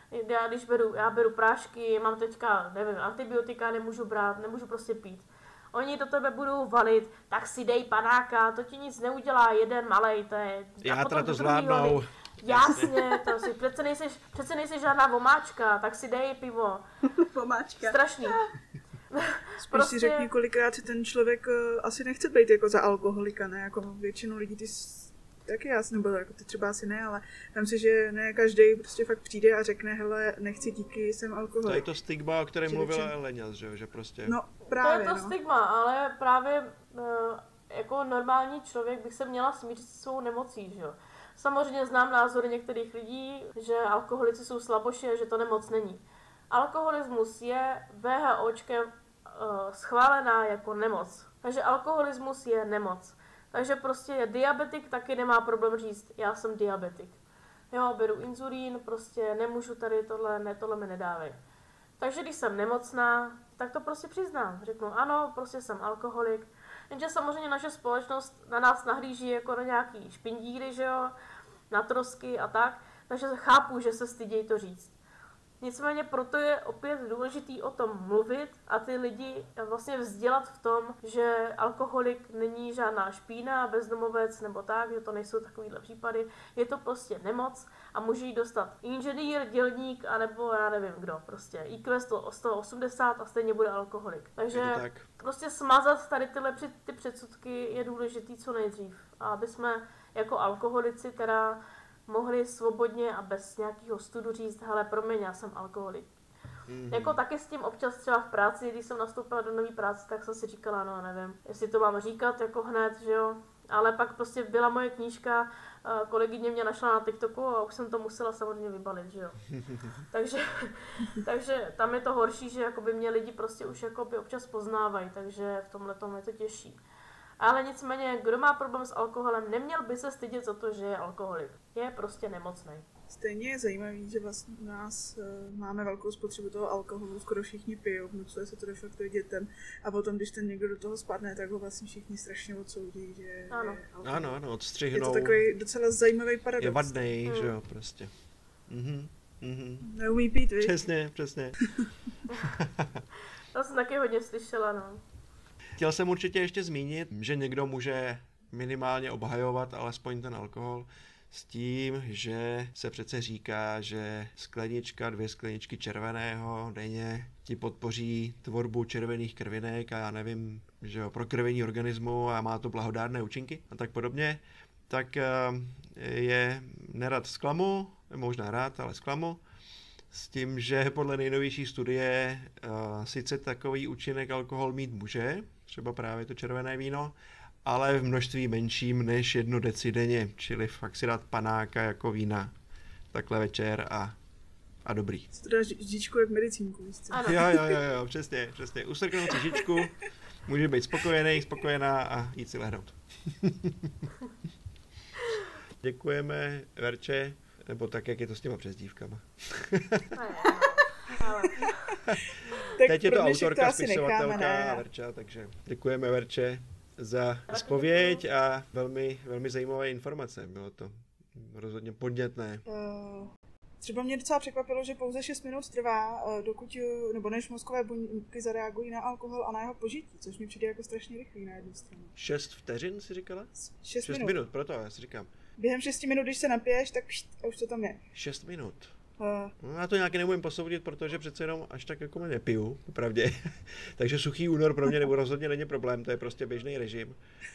já beru prášky, mám teďka, nevím, antibiotika, nemůžu brát, nemůžu prostě pít. Oni do tebe budou valit, tak si dej panáka, to ti nic neudělá, jeden malej, to je... Já teda to zvládnou. Jasně, to si, přece nejsi žádná vomáčka, tak si dej pivo. Vomáčka. Strašný. Spíš prostě si řekni, kolikrát si ten člověk asi nechce být jako za alkoholika, ne? Jako většinu lidí taky já nebo jako ty třeba asi ne, ale myslím si, že ne každý prostě fakt přijde a řekne, hele, nechci díky, jsem alkoholik. To je to stigma, o kterém mluvila Leňas, že prostě... No právě, to je to stigma, ale právě jako normální člověk bych se měla smířit se svou nemocí, že jo. Samozřejmě znám názory některých lidí, že alkoholici jsou slaboši a že to nemoc není. Alkoholismus je WHOčkem schválená jako nemoc. Takže alkoholismus je nemoc. Takže prostě diabetik taky nemá problém říct, já jsem diabetik. Jo, beru inzulín, prostě nemůžu tady tohle mi nedávej. Takže když jsem nemocná, tak to prostě přiznám. Řeknu, ano, prostě jsem alkoholik. Jenže samozřejmě naše společnost na nás nahlíží jako na nějaký špindíry, že jo, na trosky a tak. Takže chápu, že se stydějí to říct. Nicméně proto je opět důležitý o tom mluvit a ty lidi vlastně vzdělat v tom, že alkoholik není žádná špína, bezdomovec nebo tak, že to nejsou takovýhle případy. Je to prostě nemoc a může jí dostat inženýr, dělník anebo já nevím kdo. Prostě IQ 180 a stejně bude alkoholik. Takže prostě smazat tady ty předsudky je důležitý co nejdřív. A aby jsme jako alkoholici teda mohli svobodně a bez nějakého studu říct, hele, promiň, já jsem alkoholik. Mm-hmm. Jako taky s tím občas třeba v práci, když jsem nastoupila do nové práce, tak jsem si říkala, no nevím, jestli to mám říkat jako hned, že jo. Ale pak prostě byla moje knížka, kolegyně mě našla na TikToku a už jsem to musela samozřejmě vybalit, že jo. takže tam je to horší, že jakoby mě lidi prostě už jakoby občas poznávají, takže v tomhle tom je to těžší. Ale nicméně, kdo má problém s alkoholem, neměl by se stydět za to, že je alkoholik. Je prostě nemocný. Stejně je zajímavý, že vlastně u nás máme velkou spotřebu toho alkoholu, skoro všichni pijou, vnucuje se to de facto dětem a potom, když ten někdo do toho spadne, tak ho vlastně všichni strašně odsoudí, že Ano. Ano, odstřihnou. Je to takový docela zajímavý paradox. Je vadnej, že jo, prostě. Neumí pít, víš? Přesně. To jsem taky hodně slyšela, no. Chtěl jsem určitě ještě zmínit, že někdo může minimálně obhajovat alespoň ten alkohol s tím, že se přece říká, že sklenička, 2 skleničky červeného denně ti podpoří tvorbu červených krvinek a já nevím, že jo, prokrvení organismu a má to blahodárné účinky a tak podobně, tak je nerad zklamu, možná rád, ale zklamu, s tím, že podle nejnovější studie sice takový účinek alkohol mít může, třeba právě to červené víno, ale v množství menším než 1 deci denně, čili fakt si dát panáka jako vína takhle večer a dobrý. To dáš žičku jak medicínku, víš co? Ano. Jo, přesně. Ustrknout si žičku, může být spokojená a jít si lehnout. Děkujeme, Verče, nebo tak, jak je to s těma přezdívkama. Tak teď je to autorka, asi spisovatelka necháme, a Verča, takže děkujeme, Verče, za zpověď a velmi, velmi zajímavé informace. Bylo to rozhodně podnětné. Třeba mě docela překvapilo, že pouze 6 minut trvá, dokud, nebo než mozkové buňky zareagují na alkohol a na jeho požití, což mi přijde jako strašně rychlý na jednu stranu. 6 vteřin si říkala? 6 minut, proto já si říkám. Během 6 minut, když se napiješ, tak a už to tam je. 6 minut. No, já to nějaký nemůžu posoudit, protože přece jenom až tak jako nepiju, popravdě. Takže suchý únor pro mě nebo rozhodně není problém, to je prostě běžný režim.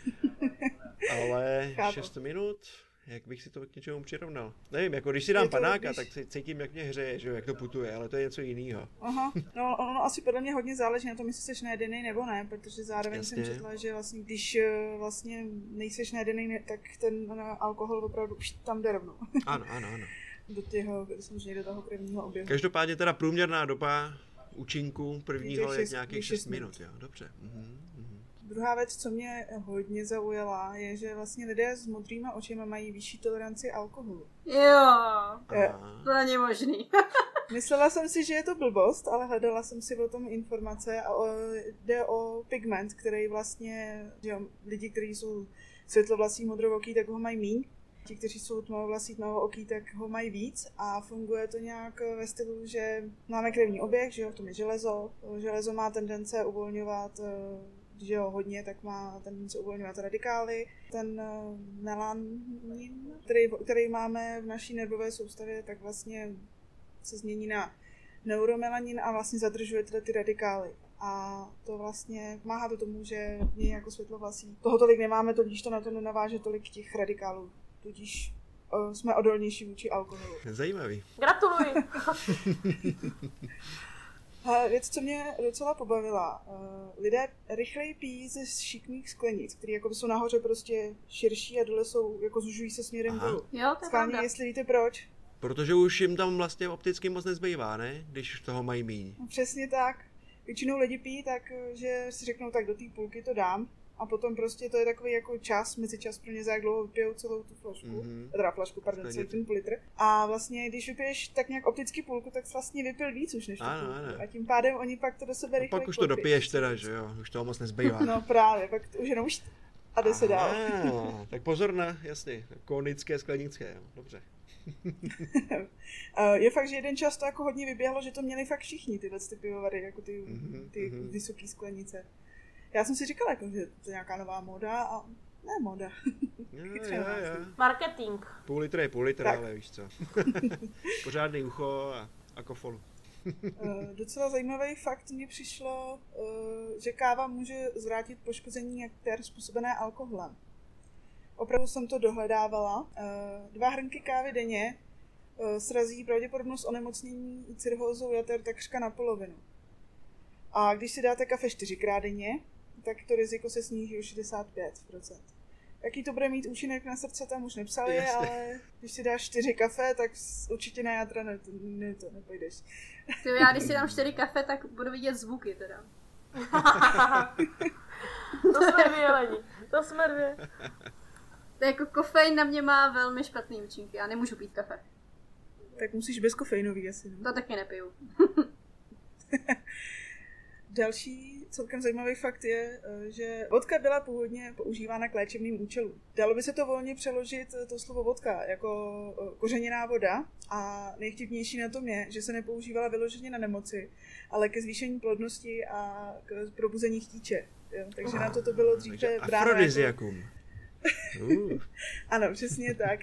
Ale 6 minut, jak bych si to k něčemu přirovnal? Nevím, jako když si dám panáka, tak cítím, jak mě hřeje, že jo, jak to putuje, ale to je něco jiného. Aha, no ono asi podle mě hodně záleží na tom, jestli seš najedenej nebo ne, protože zároveň jsem četla, že vlastně, když vlastně nejseš najedenej, tak ten alkohol opravdu už tam jde rovnou. Ano. Samozřejmě do toho krevního oběhu. Každopádně teda průměrná doba účinku prvního je nějakých 6 minut, jo, dobře. Druhá věc, co mě hodně zaujala, je, že vlastně lidé s modrýma očima mají vyšší toleranci alkoholu. Jo, to není možný. Myslela jsem si, že je to blbost, ale hledala jsem si o tom informace a jde o pigment, který vlastně, že lidi, kteří jsou světlovlasí modrovoký, tak ho mají míň. Ti, kteří jsou tmavovlasí tmavooký, tak ho mají víc a funguje to nějak ve stylu, že máme krevní oběh, že jo, v tom je železo. Železo má tendence uvolňovat, když je ho hodně, tak má tendence uvolňovat radikály. Ten melanin, který máme v naší nervové soustavě, tak vlastně se změní na neuromelanin a vlastně zadržuje ty radikály. A to vlastně pomáhá to tomu, že my jako světlovlasí toho tolik nemáme, tudíž to na to nenaváže tolik těch radikálů. Tudíž jsme odolnější vůči alkoholu. Zajímavý. Gratuluji. Věc, co mě docela pobavila. Lidé rychleji pijí ze šikmých sklenic, které jako jsou nahoře prostě širší a dole jsou, jako zužují se směrem dolů. Jo, to je pravda. Jestli víte proč? Protože už jim tam vlastně opticky moc nezbývá, ne? Když toho mají míň. No, přesně tak. Většinou lidi pijí tak, že si řeknou, tak do té půlky to dám. A potom prostě to je takový jako mezičas pro ně, za jak dlouho vypijou celou tu flašku. Teda flašku, pardon, celý ten půl litr. A vlastně, když vypiješ tak nějak opticky půlku, tak vlastně vypil víc už než tu půlku. Ano. A tím pádem oni pak to do sebe rychle pak už to dopiješ teda, že jo? Už toho moc nezbývá. No právě, pak už jenom a jde se dál. Tak pozor na, jasně, konické, sklenické, jo. Dobře. Je fakt, že jeden čas to jako hodně vyběhlo, že to měli fakt všichni tyhle pivovary, jako ty vysoké sklenice. Já jsem si říkala, jako, že to je nějaká nová móda a ne móda. Jo. Marketing. Půl litr je půl litr, ale víš co. Pořádný ucho a kofolu. Docela zajímavý fakt mi přišlo, že káva může zvrátit poškození jakter způsobené alkoholem. Opravdu jsem to dohledávala. 2 hrnky kávy denně srazí pravděpodobnost onemocnění cirhózou jater takřka na polovinu. A když si dáte kafe 4krát denně, tak to riziko se sníží o 65%. Jaký to bude mít účinek na srdce, tam už nepsali, ale když si dáš 4 kafe, tak určitě na játra nepojdeš. Já když si dám 4 kafe, tak budu vidět zvuky teda. To jsme vyjelení. To jsme dvě. To jako kofein na mě má velmi špatný účinky, já nemůžu pít kafe. Tak musíš bezkofeinový asi. No? To taky nepiju. Další celkem zajímavý fakt je, že vodka byla původně používána k léčebným účelům. Dalo by se to volně přeložit, to slovo vodka, jako kořeněná voda a nejvtipnější na tom je, že se nepoužívala vyloženě na nemoci, ale ke zvýšení plodnosti a k probuzení chtíče. Jo? Takže na to bylo dříve bráno afrodiziakum. Ano, přesně tak.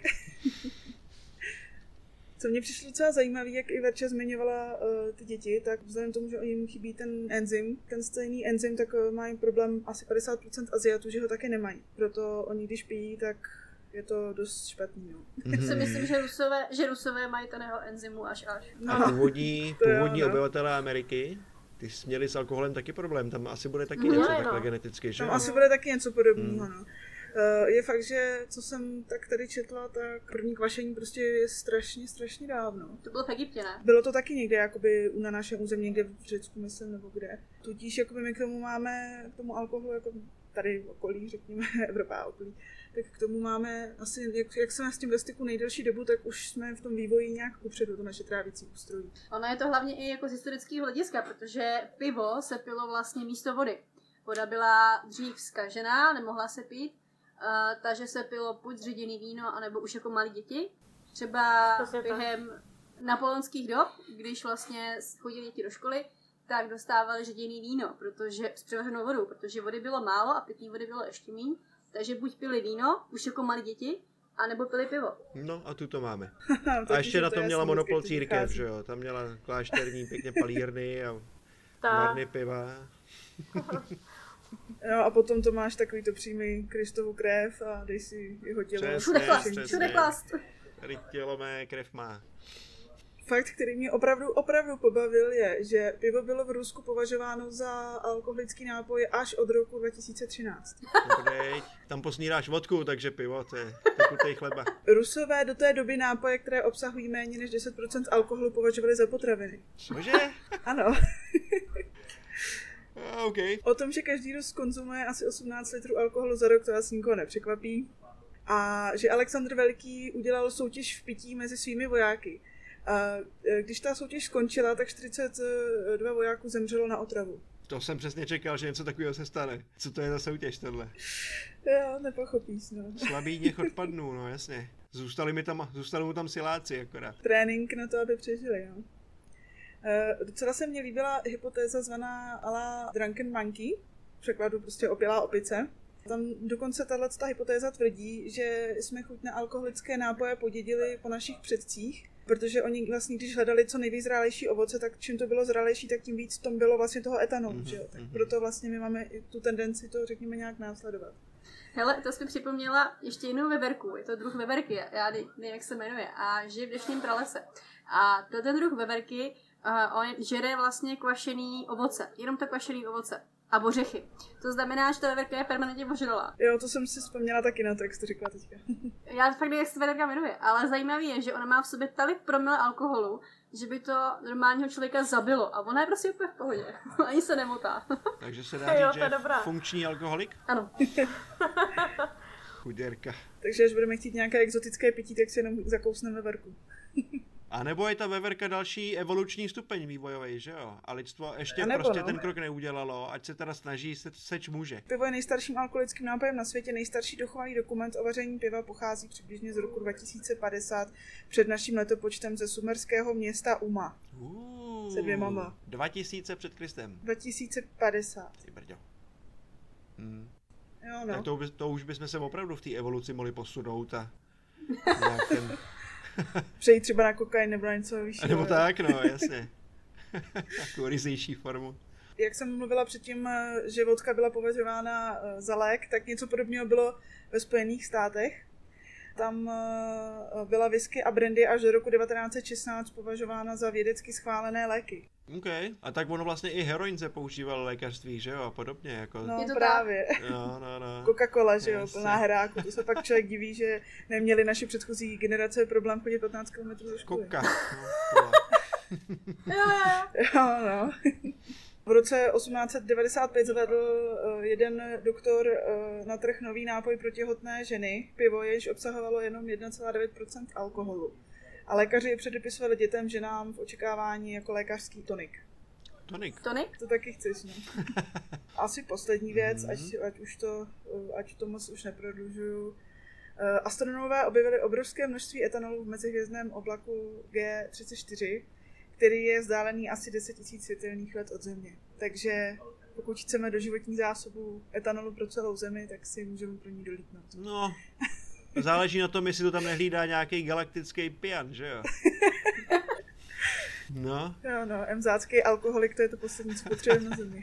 Co mě přišlo docela zajímavé, jak i Verča zmiňovala ty děti, tak vzhledem k tomu, že jim chybí ten enzym, ten stejný enzym, tak mají problém asi 50% Aziatů, že ho taky nemají. Proto oni, když pijí, tak je to dost špatný. No. Tak si myslím, že Rusové mají ten jeho enzymu až. No. A původní obyvatelé Ameriky, ty měli s alkoholem taky problém, tam asi bude taky něco takhle geneticky, že? Tam asi bude taky něco podobného, no. Je fakt, že co jsem tak tady četla, tak první kvašení prostě je strašně dávno. To bylo v Egyptě, ne? Bylo to taky někde, jakoby na našem území, někde v Řecku, myslím, nebo kde. Tudíž jakoby my k tomu máme, k tomu alkoholu, jako tady v okolí, řekněme, Evropa a okolí, tak k tomu máme asi, jak jsme s tím ve styku nejdelší dobu, tak už jsme v tom vývoji nějak kupředu, to naše trávicí ústrojí. Ono je to hlavně i jako z historického hlediska, protože pivo se pilo vlastně místo vody. Voda byla dřív zkažená, nemohla se pít, takže se pilo buď ředěný víno, anebo už jako malí děti. Třeba během napoleonských dob, když vlastně chodili děti do školy, tak dostávali ředěný víno, protože s převařenou vodou, protože vody bylo málo a pitné vody bylo ještě méně. Takže buď pili víno, už jako malí děti, anebo pili pivo. No a tu to máme. A ještě na to měla monopol církev, že jo? Tam měla klášterní pěkně palírny a marny piva. No a potom to máš takový to přijmej Kristovu krev a dej si jeho tělo. Všude klast. Tady tělo mé, krev má. Fakt, který mě opravdu pobavil, je, že pivo bylo v Rusku považováno za alkoholický nápoj až od roku 2013. Tam posníráš vodku, takže pivo, to je tekutej chleba. Rusové do té doby nápoje, které obsahují méně než 10% alkoholu, považovali za potraviny. Cože? Ano. Okay. O tom, že každý Rus konzumuje asi 18 litrů alkoholu za rok, to asi nikoho nepřekvapí. A že Alexandr Veliký udělal soutěž v pití mezi svými vojáky. A když ta soutěž skončila, tak 42 vojáků zemřelo na otravu. To jsem přesně čekal, že něco takového se stane. Co to je za soutěž tohle? Jo, nepochopíš, no. Slabý nech odpadnů, no jasně. Zůstali mu tam siláci akorát. Trénink na to, aby přežili, jo. Docela se mně líbila hypotéza zvaná a la Drunken Monkey, v překladu prostě opilá opice. Tam dokonce tato hypotéza tvrdí, že jsme chuť na alkoholické nápoje podědili po našich předcích, protože oni vlastně, když hledali co nejvýzrálejší ovoce, tak čím to bylo zrálejší, tak tím víc v tom bylo vlastně toho etanolu, že jo? Tak proto vlastně my máme i tu tendenci to, řekněme, nějak následovat. Hele, to jsi mi připomněla ještě jinou veverku, je to druh veverky, já nevím, jak se jmenuje, a žije v deštném pralese. A ten druh veverky, on žere vlastně kvašený ovoce, jenom to kvašený ovoce. A ořechy. To znamená, že ta veverka je permanentně ožralá. Jo, to jsem si vzpomněla taky na to, jak jsi to řekla teďka. Já fakt nevím, jak se veverka jmenuje, ale zajímavý je, že ona má v sobě tolik promile alkoholu, že by to normálního člověka zabilo. A ona je prostě úplně v pohodě. Ani se nemotá. Takže se dá říct, že funkční alkoholik? Ano. Chuděrka. Takže až budeme chtít nějaké exotické pití, tak si jenom zakousneme veverku. A nebo je ta veverka další evoluční stupeň vývojový, že jo? A lidstvo ještě ten krok neudělalo, ať se teda snaží, seč může. Pivo je nejstarším alkoholickým nápojem na světě. Nejstarší dochovaný dokument o vaření piva pochází přibližně z roku 2050 před naším letopočtem ze sumerského města Uma. Se 2 mama. 2000 před Kristem. 2050. Ty brďo. Jo, no. Tak to už bychom se opravdu v té evoluci mohli posunout a nějak ten... Přejít třeba na kokain nebo na něco vyšší. Nebo tak, no, jasně. Takovou ryzejší formu. Jak jsem mluvila předtím, že vodka byla považována za lék, tak něco podobného bylo ve Spojených státech. Tam byla whisky a brandy až do roku 1916 považována za vědecky schválené léky. OK. A tak ono vlastně i heroin se používal v lékařství, že jo? A podobně, jako... No právě. No. Coca-Cola, že jo? Plná heráku. To se pak člověk diví, že neměli naše předchozí generace problém chodit 15 km do školy. Coca. Jo, no. V roce 1895 zavedl jeden doktor na trh nový nápoj pro těhotné ženy, pivo, jež obsahovalo jenom 1,9% alkoholu. A lékaři je předepisovali dětem, ženám v očekávání jako lékařský tonik. Tonik? Tonik? To taky chceš, no. Asi poslední věc, ať to moc už neprodlužuju. Astronomové objevili obrovské množství etanolu v mezihvězdném oblaku G34, který je vzdálený asi 10 000 světelných let od Země. Takže pokud chceme doživotní zásobu etanolu pro celou Zemi, tak si můžeme pro ní dolítnout. No, záleží na tom, jestli to tam nehlídá nějaký galaktický pijan, že jo? No. No, emzácký alkoholik, to je to poslední, co potřebujeme na Zemi.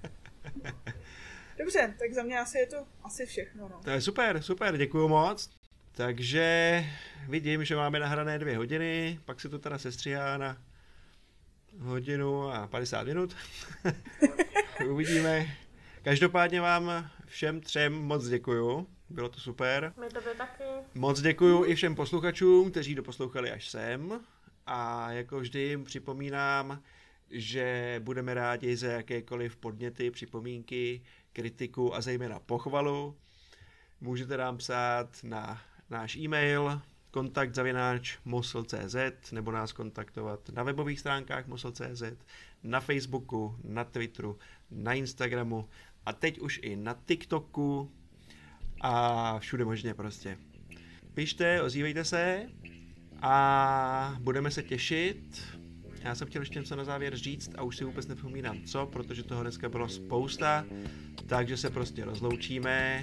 Dobře, tak za mě asi je to asi všechno. No. To je super, děkuju moc. Takže vidím, že máme nahrané 2 hodiny, pak se to teda sestříhá na 1 hodinu a 50 minut. Uvidíme. Každopádně vám všem 3 moc děkuju, bylo to super. My tebe taky. Moc děkuju i všem posluchačům, kteří doposlouchali až sem. A jako vždy jim připomínám, že budeme rádi za jakékoliv podněty, připomínky, kritiku a zejména pochvalu. Můžete nám psát na náš e-mail kontakt@mosl.cz nebo nás kontaktovat na webových stránkách mosl.cz, na Facebooku, na Twitteru, na Instagramu a teď už i na TikToku a všude možně prostě. Pište, ozývejte se a budeme se těšit. Já jsem chtěl ještě něco na závěr říct a už si vůbec nepomínám co, protože toho dneska bylo spousta, takže se prostě rozloučíme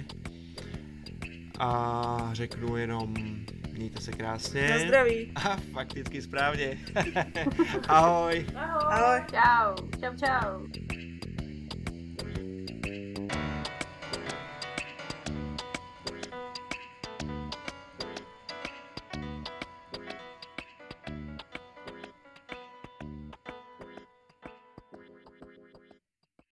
a řeknu jenom mějte se krásně. Na zdraví. A fakticky správně. Ahoj. Ahoj. Ahoj. Čau.